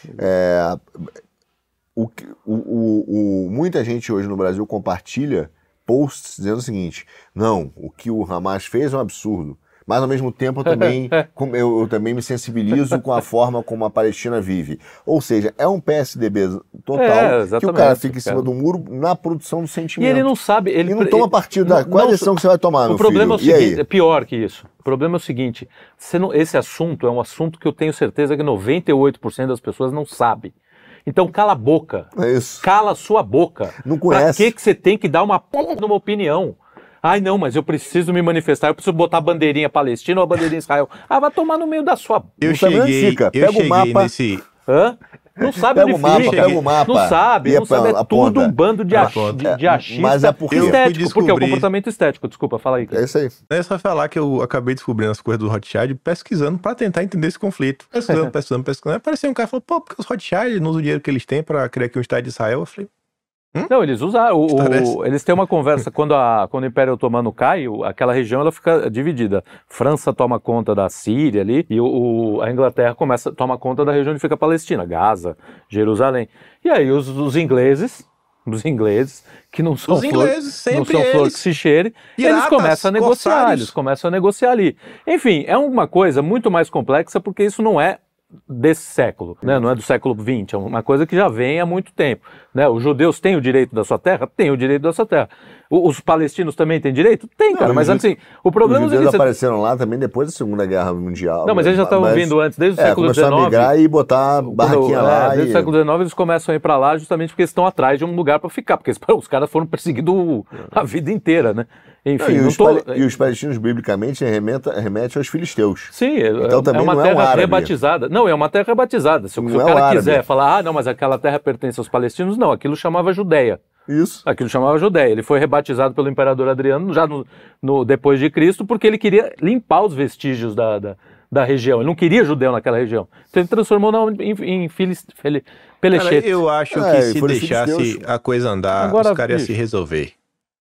É, o, o, o, o, muita gente hoje no Brasil compartilha posts dizendo o seguinte, não, o que o Hamas fez é um absurdo, mas ao mesmo tempo eu também, eu, eu também me sensibilizo com a forma como a Palestina vive. Ou seja, é um P S D B total, é, que o cara fica em cima do muro na produção do sentimento. E ele não sabe... Ele, ele não toma partido da... Não, qual é a decisão que você vai tomar, meu O problema filho? é o seguinte, é pior que isso. O problema é o seguinte, você não, esse assunto é um assunto que eu tenho certeza que noventa e oito por cento das pessoas não sabe. Então cala a boca, é isso. Cala a sua boca. Não conhece. Pra que, que você tem que dar uma porra numa opinião? Ai não, mas eu preciso me manifestar, eu preciso botar a bandeirinha Palestina ou a bandeirinha Israel. Ah, vai tomar no meio da sua... Eu não cheguei, fica. eu Pega cheguei o mapa. nesse... Hã? Não sabe pega onde o mapa, fica. Pega o mapa. Não sabe, não sabe, é tudo um bando de, ach, de, de achista mas é porque estético, descobrir... porque é o comportamento estético, desculpa, fala aí. É isso aí. É só falar que eu acabei descobrindo as coisas do Rothschild pesquisando pra tentar entender esse conflito. Pesquisando, pesquisando, pesquisando. Apareceu um cara e falou, pô, porque os Rothschild não usam o dinheiro que eles têm pra criar aqui um Estado de Israel. Eu falei... Hum? Não, eles usaram, o, o, eles têm uma conversa, quando, a, quando o Império Otomano cai, o, aquela região ela fica dividida. França toma conta da Síria ali, e o, o, a Inglaterra começa, toma conta da região onde fica a Palestina, Gaza, Jerusalém. E aí os, os ingleses, os ingleses, que não são os ingleses, flor, não são flor que se cheire, piratas, eles começam a negociar, corsários. eles começam a negociar ali. Enfim, é uma coisa muito mais complexa, porque isso não é desse século, né? Não é do século vinte, é uma coisa que já vem há muito tempo, né? Os judeus têm o direito da sua terra? Têm o direito da sua terra. O, os palestinos também têm direito? Tem, não, cara, mas assim, o problema... Os judeus é que apareceram lá também depois da Segunda Guerra Mundial. Não, mas eles já estavam vindo antes, desde o é, século dezenove. Começou a migrar e botar barraquinha quando, lá. É, desde e... o século dezenove eles começam a ir pra lá justamente porque eles estão atrás de um lugar pra ficar, porque os caras foram perseguidos a vida inteira, né? Enfim, não, e, não os tô... pal... e os palestinos, biblicamente, remeta, remete aos filisteus. Sim, então, é, também é uma não terra é um árabe. rebatizada. Não, é uma terra rebatizada. Se, se o cara é quiser falar, ah, não, mas aquela terra pertence aos palestinos, não, aquilo chamava Judéia. Isso. Aquilo chamava Judéia. Ele foi rebatizado pelo imperador Adriano já no, no, depois de Cristo, porque ele queria limpar os vestígios da, da, da região. Ele não queria judeu naquela região. Então ele transformou na, em, em filis, pelechete. Cara, eu acho é, que se deixasse a coisa andar, Agora, os caras iam se resolver.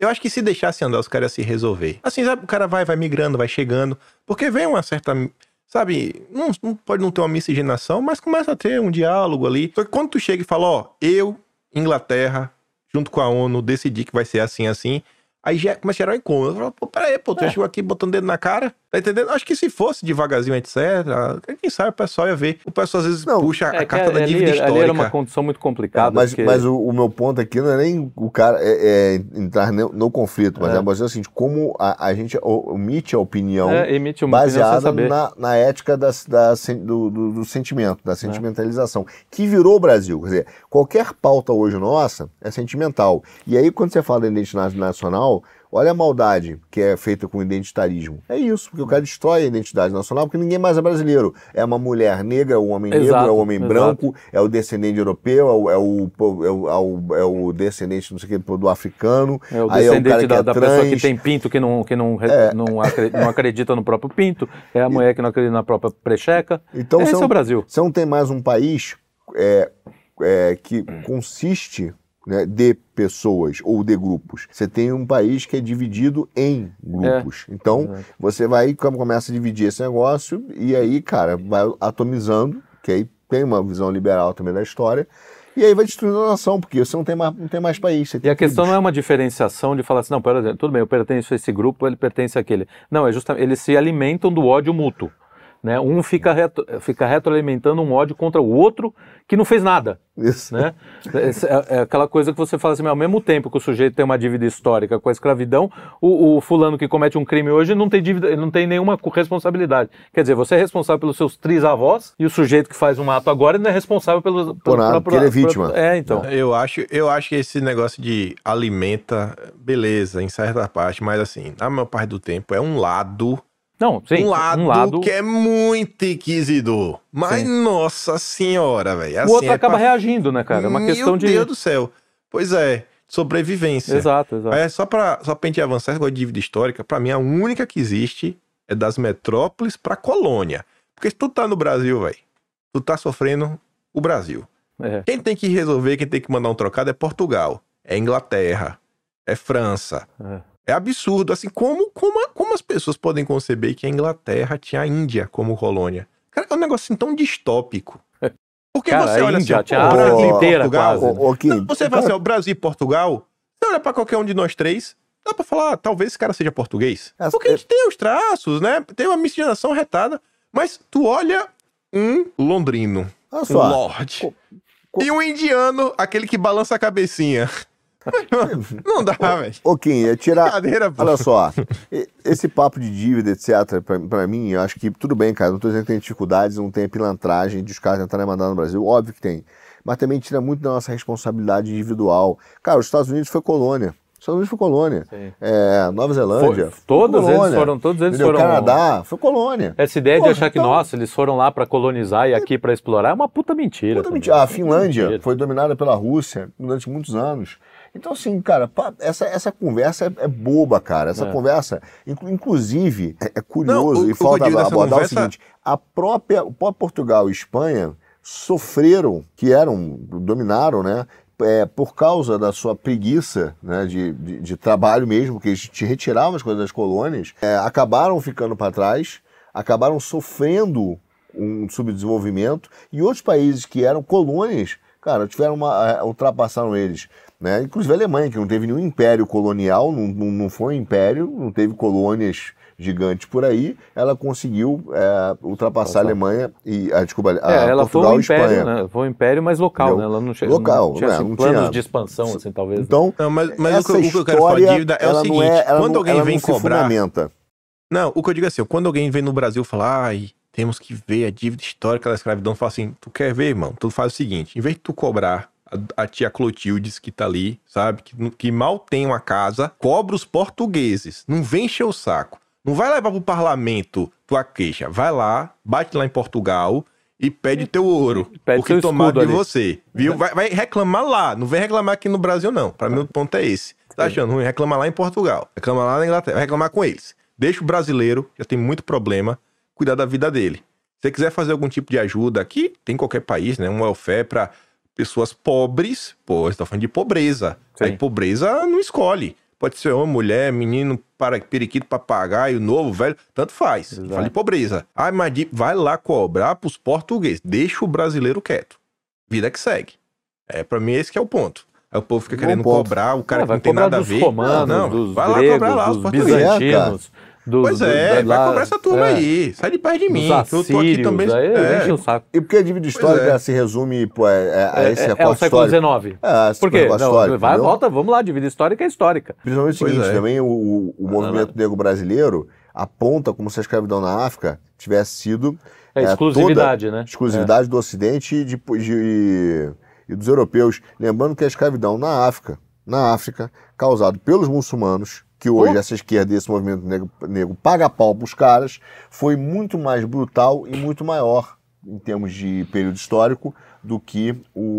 Eu acho que se deixasse andar, os caras iam se resolver. Assim, sabe, o cara vai, vai migrando, vai chegando, porque vem uma certa... Sabe, não, não pode não ter uma miscigenação, mas começa a ter um diálogo ali. Só que quando tu chega e fala, ó, eu, Inglaterra, junto com a ONU, decidi que vai ser assim, assim, aí já começa a gerar um incômodo. Eu falo, pô, peraí, pô, tu é. já chegou aqui botando dedo na cara, tá entendendo? Acho que se fosse devagarzinho, etcétera, quem sabe o pessoal ia ver. O pessoal às vezes não, puxa é, a carta da dívida ali, histórica. Ali era uma condição muito complicada. É, mas porque... mas o, o meu ponto aqui não é nem o cara é, é entrar no, no conflito, mas é, é mostrar assim, como a, a gente omite a opinião é, emite uma baseada opinião na, na ética da, da, do, do, do sentimento, da sentimentalização, é. que virou o Brasil. Quer dizer, qualquer pauta hoje nossa é sentimental. E aí, quando você fala da identidade nacional, olha a maldade que é feita com o identitarismo. É isso, porque o cara destrói a identidade nacional, porque ninguém mais é brasileiro. É uma mulher negra, é um homem exato, negro, é um homem exato. branco, é o descendente europeu, é o, é o, é o, é o descendente, não sei o que, do africano. É o aí descendente é o cara da, que é da trans. pessoa que tem pinto, que não, que não, é. não, acredita, não acredita no próprio pinto. É a mulher que não acredita na própria precheca. Então, Esse são, é o Brasil. Você não tem mais um país é, é, que consiste... Né, de pessoas ou de grupos. Você tem um país que é dividido em grupos. É. Então, é. você vai começa a dividir esse negócio e aí, cara, vai atomizando, que aí tem uma visão liberal também da história, e aí vai destruindo a nação, porque você não tem mais, não tem mais país. Você tem e a questão tribos. Não é uma diferenciação de falar assim, não, por exemplo, tudo bem, eu pertenço a esse grupo, ele pertence àquele. Não, é justamente, eles se alimentam do ódio mútuo. Né? Um fica, retro, fica retroalimentando um ódio contra o outro que não fez nada. Isso. Né? É, é aquela coisa que você fala assim, ao mesmo tempo que o sujeito tem uma dívida histórica com a escravidão, o, o fulano que comete um crime hoje não tem dívida, ele não tem nenhuma responsabilidade. Quer dizer, você é responsável pelos seus trisavós e o sujeito que faz um ato agora ele não é responsável pelo... Por nada, porque ele é vítima. Pro, é, então. Eu acho, eu acho que esse negócio de alimenta, beleza, em certa parte, mas assim, na maior parte do tempo é um lado... Não, sim, um lado, um lado que é muito inquisidor. Mas, sim. nossa senhora, velho. Assim, o outro é acaba pra... reagindo, né, cara? É uma Meu questão de... Meu Deus do céu. Pois é, sobrevivência. Exato, exato. É, só pra, só pra gente avançar, essa coisa de dívida histórica, pra mim, a única que existe é das metrópoles pra colônia. Porque se tu tá no Brasil, velho, tu tá sofrendo o Brasil. É. Quem tem que resolver, quem tem que mandar um trocado é Portugal, é Inglaterra, é França. É. É absurdo, assim, como, como, como as pessoas podem conceber que a Inglaterra tinha a Índia como colônia? Cara, é um negócio assim tão distópico. Porque cara, você olha Índia, assim, tinha o Brasil e inteira, Portugal... quase, né? o, o, que... Não, você vai assim, o Brasil e Portugal, você olha pra qualquer um de nós três, dá pra falar, ah, talvez esse cara seja português. Essa... Porque a gente tem os traços, né? Tem uma miscigenação retada. Mas tu olha um londrino, olha um só. lorde, co... Co... e um indiano, aquele que balança a cabecinha... Não dá, velho. Ô, Kim, é tirar... Olha só, esse papo de dívida, etcétera, pra, pra mim, eu acho que tudo bem, cara. Não tô dizendo que tem dificuldades, não tem a pilantragem de os caras tentarem mandar no Brasil. Óbvio que tem. Mas também tira muito da nossa responsabilidade individual. Cara, os Estados Unidos foi colônia. Os Estados Unidos foi colônia. É, Nova Zelândia. Foi, todos colônia. eles foram. Todos eles Entendeu? foram. Canadá foi colônia. Essa ideia Pô, de achar que, então... nossa, eles foram lá pra colonizar e aqui pra explorar é uma puta mentira. Puta mentira. A Finlândia mentira. foi dominada pela Rússia durante muitos anos. Então, assim, cara, essa, essa conversa é, é boba, cara. Essa é. conversa, inclu, inclusive, é, é curioso, Não, o, e falta abordar conversa... o seguinte, a própria, o próprio Portugal e Espanha sofreram, que eram, dominaram, né, é, por causa da sua preguiça, né, de, de, de trabalho mesmo, que eles te retiravam as coisas das colônias, é, acabaram ficando para trás, acabaram sofrendo um subdesenvolvimento, e outros países que eram colônias, cara, tiveram uma, ultrapassaram eles. Né? Inclusive a Alemanha, que não teve nenhum império colonial, não, não, não foi um império, não teve colônias gigantes por aí, ela conseguiu é, ultrapassar a Alemanha e a, desculpa, a é, ela Portugal foi um e Espanha. Império, né? Foi um império, mas local, né? Ela não, che local, não tinha né? assim, não planos tinha... de expansão, assim, talvez. Então, não, mas, mas essa o, que, o que eu quero falar de dívida é o seguinte, é, quando não, alguém vem não cobrar... Fundamenta. Não, o que eu digo é assim, quando alguém vem no Brasil falar, ai, temos que ver a dívida histórica da escravidão, fala assim, tu quer ver, irmão? Tu faz o seguinte, em vez de tu cobrar a tia Clotildes que tá ali, sabe? Que, que mal tem uma casa, cobra os portugueses. Não vem encher o saco. Não vai levar pro parlamento tua queixa. Vai lá, bate lá em Portugal e pede teu ouro. Pede porque tomaram de ali. você. Viu? Vai, vai reclamar lá. Não vem reclamar aqui no Brasil, não. Pra mim o ponto é esse. Tá achando ruim? Reclama lá em Portugal. Reclama lá na Inglaterra. Vai reclamar com eles. Deixa o brasileiro, já tem muito problema, cuidar da vida dele. Se você quiser fazer algum tipo de ajuda aqui, tem em qualquer país, né? Um welfare pra pessoas pobres, pô, você tá falando de pobreza. Sim. Aí pobreza não escolhe. Pode ser homem, mulher, menino, para, periquito, papagaio, novo, velho, tanto faz. Exato. Fala de pobreza. Ah, mas de, vai lá cobrar pros portugueses. Deixa o brasileiro quieto. Vida que segue. É, pra mim esse que é o ponto. Aí o povo fica Bom querendo ponto. cobrar, o cara É, que vai não tem cobrar nada a dos ver. romanos, não, dos vai lá gregos, cobrar lá os dos portugueses. bizantinos. Dos, Pois é, do- vai lá- cobrar essa turma é, aí. Sai de perto de dos mim. que eu tô aqui assírios, também. aí é. enche o saco. E porque a dívida histórica é. se resume pô, é, é, a É, esse é, é o recorte século histórico. dezenove. É, esse Por quê? recorte Não, histórico, vai, entendeu? volta, vamos lá, dívida histórica é histórica. Principalmente o Pois seguinte, é. também o, o, o Não, movimento não, negro brasileiro aponta como se a escravidão na África tivesse sido É é, exclusividade, toda né? exclusividade do Ocidente e, de, de- e dos europeus. Lembrando que a escravidão na África, na África, causado pelos muçulmanos, que hoje Oh. essa esquerda e esse movimento negro, negro paga pau pros caras, foi muito mais brutal e muito maior em termos de período histórico do que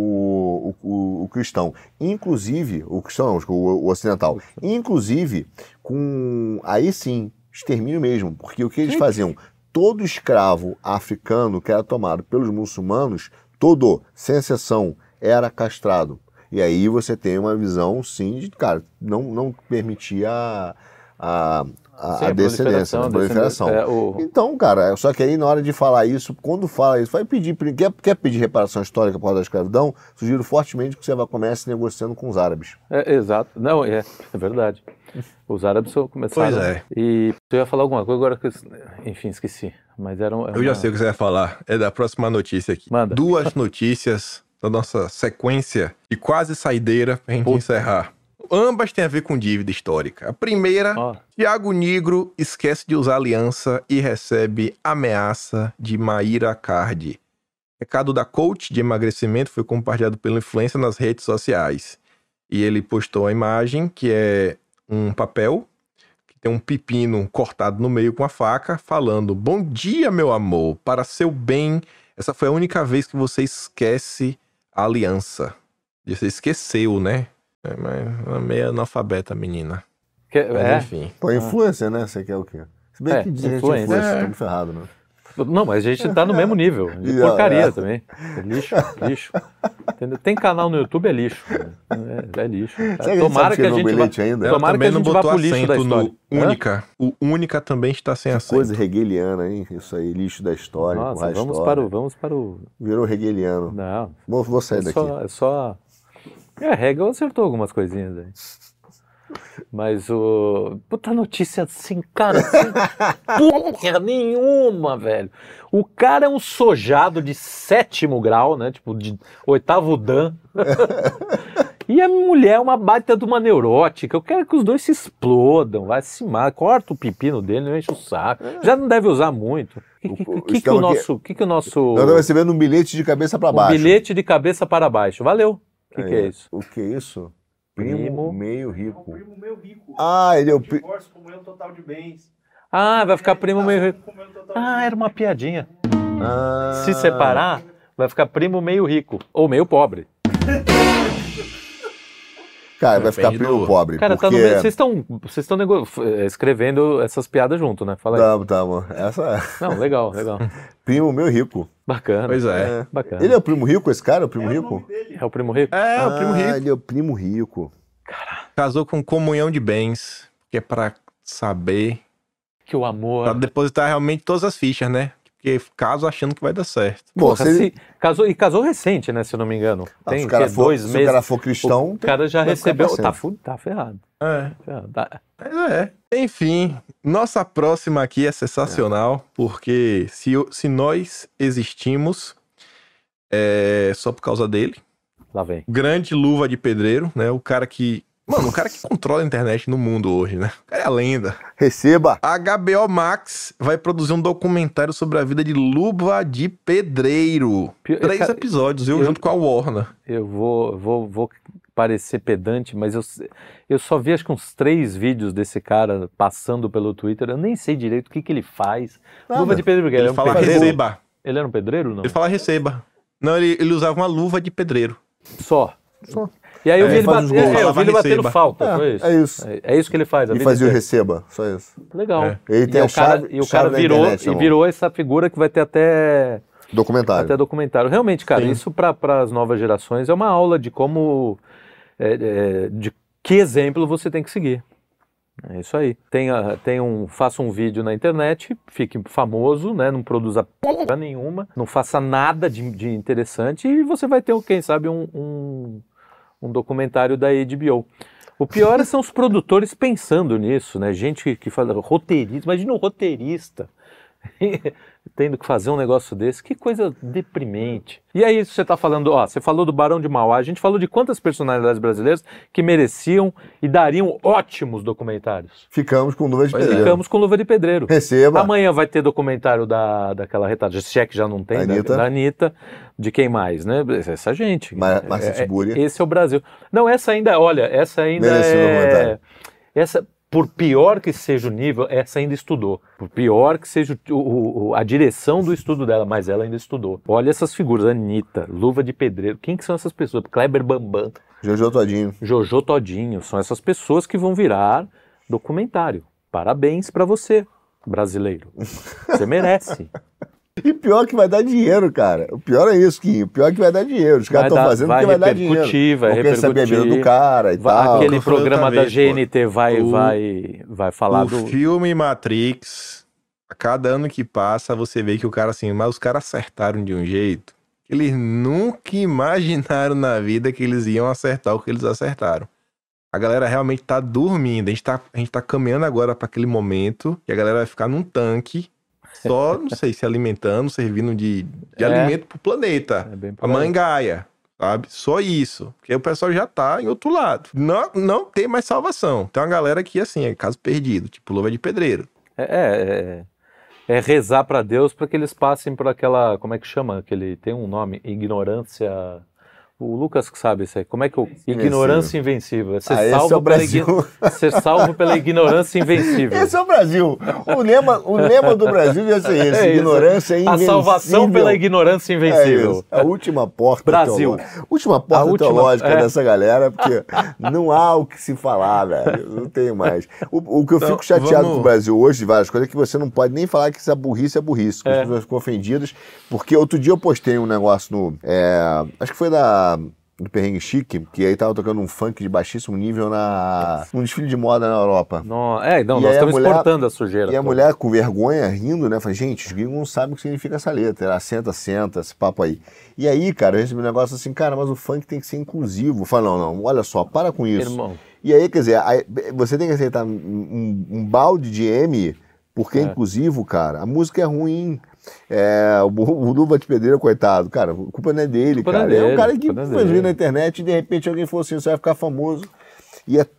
o, o, o cristão. Inclusive, o cristão não, o, o ocidental. Inclusive, com, aí sim, extermínio mesmo, porque o que eles faziam? Todo escravo africano que era tomado pelos muçulmanos, todo, sem exceção, era castrado. E aí você tem uma visão, sim, de, cara, não, não permitia a, a, a, Sim, a a descendência, proliferação, a proliferação. é, o- Então, cara, só que aí na hora de falar isso, quando fala isso, vai pedir, quer, quer pedir reparação histórica por causa da escravidão, sugiro fortemente que você vá comece negociando com os árabes. É, exato. Não, é, é verdade. Os árabes só começaram... Pois é. E eu ia falar alguma coisa, agora que eu... Enfim, esqueci. Mas era um... Eu já sei o que você vai falar. É da próxima notícia aqui. Manda. Duas notícias da nossa sequência de quase saideira pra gente Puta. encerrar. Ambas têm a ver com dívida histórica. A primeira, Ó, Thiago Nigro esquece de usar aliança e recebe ameaça de Maíra Cardi. Recado da coach de emagrecimento foi compartilhado pela influência nas redes sociais. E ele postou a imagem, que é um papel, que tem um pepino cortado no meio com a faca, falando: "Bom dia, meu amor, para seu bem, essa foi a única vez que você esquece a aliança." E você esqueceu, né? É, mas é meio analfabeta a menina. que- Mas é, enfim. Pô, influência, né? Você quer o quê? Se bem É, que diz que influência. influência, É. estamos ferrados, né? Não, mas a gente tá no mesmo nível. De E, porcaria é. também. É lixo, lixo. Entendeu? Tem canal no YouTube, é lixo. É, é lixo. Será que a gente Tomara sabe que a escrever um gente bilhete vá... ainda? Ela Tomara também que a não gente vá botou pro lixo da acento história. no Hã? única. O única também está sem acento. Coisa hegeliana, hein? Isso aí, lixo da história. Nossa, empurrar a vamos história. para o... Vamos para o... Virou hegeliano. Não, Vou, vou sair é daqui. só... É, só... é Hegel acertou algumas coisinhas aí. Mas o... Puta notícia assim, cara, assim, porra nenhuma, velho. O cara é um sojado de sétimo grau, né? Tipo, de oitavo dan. E a mulher é uma baita de uma neurótica. Eu quero que os dois se explodam, vai se matar. Corta o pepino dele, não enche o saco. Já não deve usar muito. O que, que, que, que, o Estamos aqui- nosso... Que que o nosso... Nós estamos recebendo um bilhete de cabeça para Um baixo. bilhete de cabeça para baixo. Valeu. O que, que é isso? O que é isso? Primo, Primo. meio É o rico. primo meio rico. Ah, ele é o pri- Divórcio, comunhão total de bens. Ah, vai ficar primo meio rico. Comunhão total de Ah, bens. era uma piadinha. Ah. Se separar, vai ficar primo meio rico. Ou meio pobre. Cara, vai ficar Depende primo do- pobre. Cara, tá porque... no meio. Vocês estão vocês estão nego... eh, escrevendo essas piadas junto, né? Fala aí. Tá, tá, mano. Essa é. Não, legal, legal. Primo meu rico. Bacana. Pois é. É. Bacana. Ele é o primo rico, esse cara? É o primo É o rico? nome dele. É o primo rico? É, o primo Ah, rico. ele é o primo rico. Casou com comunhão de bens, que é pra saber, Que o amor. pra depositar realmente todas as fichas, né? Porque caso achando que vai dar certo. Bom, Porra, se, ele... se- casou, e casou recente, né? Se eu não me engano. ah, Tem se o cara que, for, dois se meses. o cara for cristão, O cara já vai ficar recebeu. pra Tá, sempre. fu- tá ferrado. É. ferrado. Tá- Mas é. Enfim, nossa próxima aqui é sensacional, porque se, eu- se nós existimos, é só por causa dele. Lá vem. Grande luva de pedreiro, né? O cara que... Mano, o cara que controla a internet no mundo hoje, né? O cara é a lenda. receba. A H B O Max vai produzir um documentário sobre a vida de luva de pedreiro. Pi- Três cara, episódios, viu? eu- Junto com a Warner. Eu vou, vou, vou parecer pedante, mas eu, eu só vi acho que uns três vídeos desse cara passando pelo Twitter. Eu nem sei direito o que, que ele faz. Nada. Luva de pedreiro, porque ele, Ele é um fala pedreiro. receba. Ele era um pedreiro, não? Ele fala receba. Não, ele, ele usava uma luva de pedreiro. Só. Só. E aí eu É, vi ele, faz os bater, gols. é, eu vi Falava ele batendo receba. falta, foi É, isso? é isso. É, é isso que ele faz. A E vida fazia o inteira. receba, só isso. Legal. É. Ele tem e a o cara, chave- e o chave cara da virou, internet, e irmão. virou essa figura que vai ter até, Documentário. até documentário. Realmente, cara, Sim. isso para as novas gerações é uma aula de como... é, é, de que exemplo você tem que seguir. É isso aí. Tenha, tenha um, faça um vídeo na internet, fique famoso, né? Não produza porra nenhuma, não faça nada de, de interessante e você vai ter, quem sabe, um, um, um documentário da H B O. O pior são os produtores pensando nisso, né? Gente que, que fala roteirista, imagina um roteirista tendo que fazer um negócio desse, que coisa deprimente. E aí você está falando, ó, você falou do Barão de Mauá, a gente falou de quantas personalidades brasileiras que mereciam e dariam ótimos documentários. Ficamos com Luva de Pedreiro. Ficamos com Luva de Pedreiro. Receba. Amanhã vai ter documentário da, daquela retada, se é que já não tem, Anitta. Da, da Anitta, de quem mais, né? Essa gente. Mar Marcia é, Tiburi. Esse é o Brasil. Não, essa ainda, olha, essa ainda Mereceu o é... documentário. Essa... Por pior que seja o nível, essa ainda estudou. Por pior que seja o, o, a direção do estudo dela, mas ela ainda estudou. Olha essas figuras, Anitta, Luva de Pedreiro. Quem que são essas pessoas? Kleber Bambam. Jojo Todinho. Jojo Todinho. São essas pessoas que vão virar documentário. Parabéns pra você, brasileiro. Você merece. E pior que vai dar dinheiro, cara. O pior é isso, Kim. O pior é que vai dar dinheiro. Os caras estão fazendo porque vai dar dinheiro. Vai Porque saber a vida do cara e vai, tal. aquele programa da vez, G N T vai, o, vai, vai falar o do... O filme Matrix, a cada ano que passa, você vê que o cara assim, mas os caras acertaram de um jeito que eles nunca imaginaram na vida que eles iam acertar o que eles acertaram. A galera realmente tá dormindo. A gente tá, a gente tá caminhando agora para aquele momento que a galera vai ficar num tanque só, não sei, se alimentando, servindo de, de É. alimento pro planeta. É bem por A aí. mangaia, sabe? Só isso. Porque o pessoal já tá em outro lado. Não, não tem mais salvação. Tem uma galera que, assim, é caso perdido. Tipo, Luva de Pedreiro. É, é, é rezar pra Deus para que eles passem por aquela, como é que chama? Aquele, tem um nome, ignorância... O Lucas que sabe isso aí. Como é que eu... Ignorância invencível. É ser, Ah, esse salvo é o pela Brasil. igno- ser salvo pela ignorância invencível. Esse é o Brasil. O lema, o lema do Brasil ia ser esse. É isso. Ignorância A invencível. salvação pela ignorância É invencível. isso. A última porta Brasil. teológica. Última porta A última- teológica é. dessa galera, porque não há o que se falar, velho. Não tem mais. O, o que eu Então, fico chateado vamos- com o Brasil hoje, de várias coisas, é que você não pode nem falar que essa burrice é burrice. Que as É. pessoas ficam ofendidas. Porque outro dia eu postei um negócio no... é, acho que foi da... do Perrengue Chique, que aí tava tocando um funk de baixíssimo nível na num desfile de moda na Europa. Não, é, não, E nós aí a estamos mulher- exportando a sujeira. E a toda. mulher com vergonha, rindo, né? Falei, gente, os gringos não sabem o que significa essa letra. Ela senta, senta, esse papo aí. E aí, cara, eu recebi um negócio assim, cara, mas o funk tem que ser inclusivo. Eu falei, não, não, olha só, para com isso. Irmão, E aí, quer dizer, aí, você tem que aceitar um, um- um balde de M, porque é É. inclusivo, cara. A música é ruim. É, o, o Luva de Pedreiro, coitado, cara, a culpa não é dele, Culpa não cara. é É um dele, cara que culpa não é foi vir dele. na internet e de repente alguém falou assim, você vai ficar famoso. E é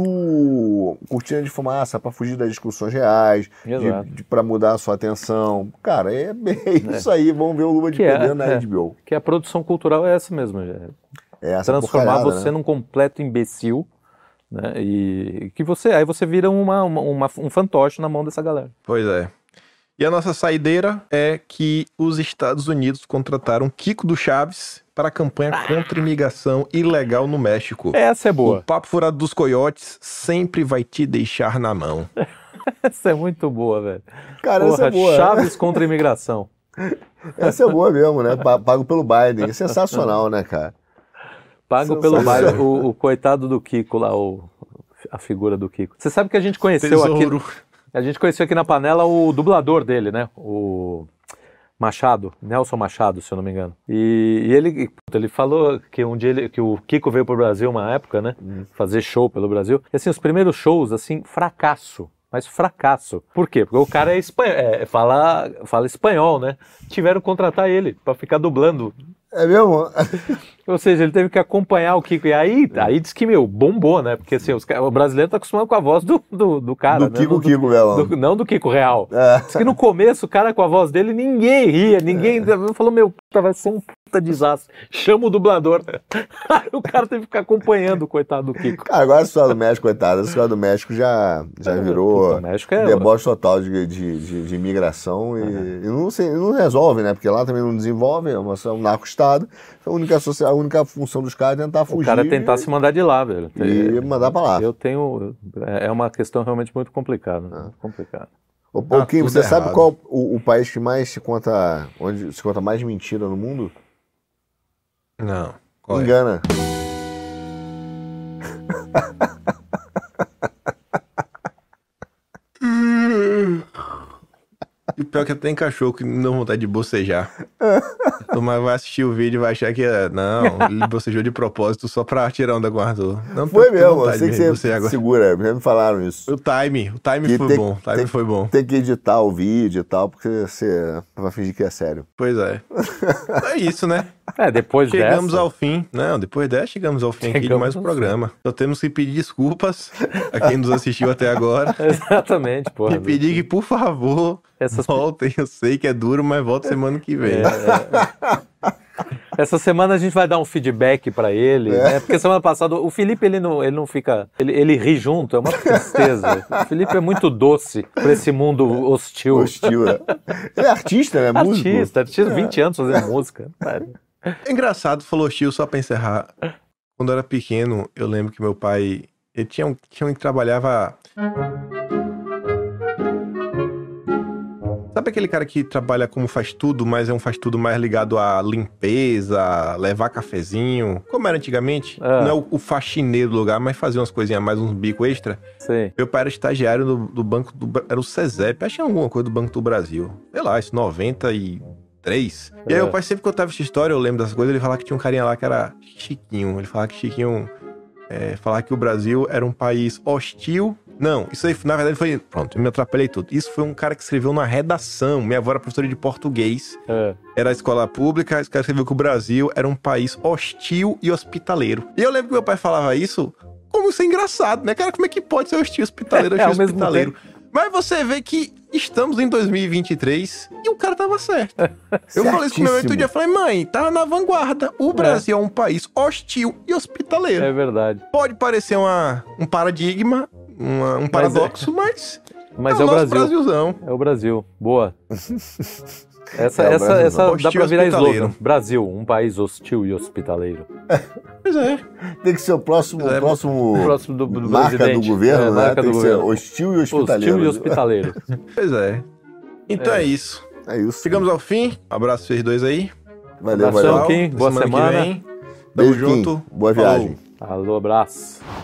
tudo cortina de fumaça para fugir das discussões reais, Exato. de, de, para mudar a sua atenção. Cara, é, é isso aí. Vamos ver o Luva de Que é, Pedreiro na é. H B O. que a produção cultural é essa mesmo. É É essa transformar porcalhada, você né? num completo imbecil, né? E que você, aí você vira uma, uma, uma- um fantoche na mão dessa galera. Pois é. E a nossa saideira é que os Estados Unidos contrataram Kiko do Chaves para a campanha contra a imigração ilegal no México. Essa é O boa. papo furado dos coiotes sempre vai te deixar na mão. Essa é muito boa, velho. Cara, Porra, essa é boa. Chaves contra a imigração. Essa é boa mesmo, né? Pa- Pago pelo Biden. É sensacional, né, cara? Pago pelo Sensacional. baile. O, o coitado do Kiko lá, o, a figura do Kiko. Você sabe que a gente conheceu aqui. Tesouro. A gente conheceu aqui na panela o dublador dele, né? O Machado, Nelson Machado, se eu não me engano. E, e ele, puta, ele falou que um dia ele- que o Kiko veio pro Brasil uma época, né? Fazer show pelo Brasil. E assim, os primeiros shows, assim, fracasso. Mas fracasso. Por quê? Porque o cara é espanhol, é, fala, fala espanhol, né? Tiveram que contratar ele pra ficar dublando. É mesmo? Ou seja, ele teve que acompanhar o Kiko. E aí, aí diz que, meu, bombou, né? Porque assim, os, ca- o brasileiro tá acostumado com a voz do, do, do cara, Do né? Kiko do, Kiko, velho. do- não do Kiko real. É. Diz que no começo, o cara com a voz dele, ninguém ria, ninguém falou, meu, puta, vai ser um puta desastre. Chama o dublador. Aí o cara teve que ficar acompanhando o coitado do Kiko. Cara, agora a história do México, coitada, a história do México já, já virou Puta, México é- deboche total de, de, de, de imigração e, e não, se- não resolve, né? Porque lá também não desenvolve, é uma- é um narco-estado. A única, socia- a única função dos caras é tentar fugir O cara tentar e, se mandar de lá, velho. e mandar pra lá. Eu tenho... É é uma questão realmente muito complicada. né? Muito complicada. Ô, Tá ô, Kim, tudo você sabe errado. qual o, o país que mais se conta, onde se conta mais mentira no mundo? Não. Qual é? Engana. E o pior é que tem cachorro que não dá vontade de bocejar. Mas vai assistir o vídeo e vai achar que é... Não, ele bocejou de propósito só pra tirar onda com o Arthur. Não, Foi tô com mesmo, eu vontade sei de que você bocejar agora. segura, já me falaram isso. O time, o time Que foi tem- bom, o time tem- foi bom. Tem que editar o vídeo e tal, porque você vai fingir que é sério. Pois é. É isso, né? É, depois Chegamos dessa... ao fim. Não, depois dessa chegamos ao fim aqui de Chegamos mais um ao programa. Só temos que pedir desculpas a quem nos assistiu até agora. Exatamente, porra. E pedir que, por favor, Essas- voltem. Eu sei que é duro, mas volta semana que vem. É, é. Essa semana a gente vai dar um feedback pra ele, É. né? Porque semana passada o Felipe ele não, ele não fica, ele, ele ri junto, é uma tristeza. O Felipe é muito doce pra esse mundo hostil. Hostil, né? Ele é artista, né? Músico. Artista, artista, vinte anos fazendo música. Cara. É engraçado, falou tio, só pra encerrar. Quando eu era pequeno, eu lembro que meu pai, ele tinha um, tinha um que trabalhava... Sabe aquele cara que trabalha como faz tudo, mas é um faz tudo mais ligado à limpeza, levar cafezinho? Como era antigamente? Ah. Não é o, o faxineiro do lugar, mas fazia umas coisinhas a mais, uns bicos extra. Sim. Meu pai era estagiário do, do Banco do... Bra- Era o SESEP, acho que era alguma coisa do Banco do Brasil. Sei lá, isso, noventa e três. E aí É. meu pai sempre contava essa história, eu lembro dessas coisas, ele falava que tinha um carinha lá que era Chiquinho. Ele falava que Chiquinho... É, falava que o Brasil era um país hostil. Não, isso aí, na verdade, foi... Pronto, eu me atrapalhei tudo. Isso foi um cara que escreveu na redação. Minha avó era professora de português. É. Era a escola pública. Esse cara escreveu que o Brasil era um país hostil e hospitaleiro. E eu lembro que meu pai falava isso como isso é engraçado, né? Cara, como é que pode ser hostil, hospitaleiro, É, hostil, ao mesmo hospitaleiro? Mas você vê que estamos em dois mil e vinte e três e o cara tava certo. Eu falei isso com meu mãe outro dia. Eu falei, mãe, tava na vanguarda. O Brasil é, um país hostil e hospitaleiro. É verdade. Pode parecer uma, um paradigma, uma- um paradoxo, mas, Mas é é o o nosso Brasil. Brasilzão. É o Brasil. Boa. Essa, É o essa, Brasilzão. essa dá Hostil pra virar e hospitaleiro. slogan. Brasil, um país hostil e hospitaleiro. Pois é. Tem que ser o próximo, É, próximo O próximo do, do marca presidente. do governo, É, né? marca Tem do que ser governo. hostil e hospitaleiro. Hostil e hospitaleiro. Pois é. Então é, isso. É isso. Chegamos ao fim. Abraço vocês dois aí. Valeu, Abração, valeu. Kim. Boa que semana. vem. Tamo Beijo, Kim. junto. Boa Falou. viagem. Alô, abraço.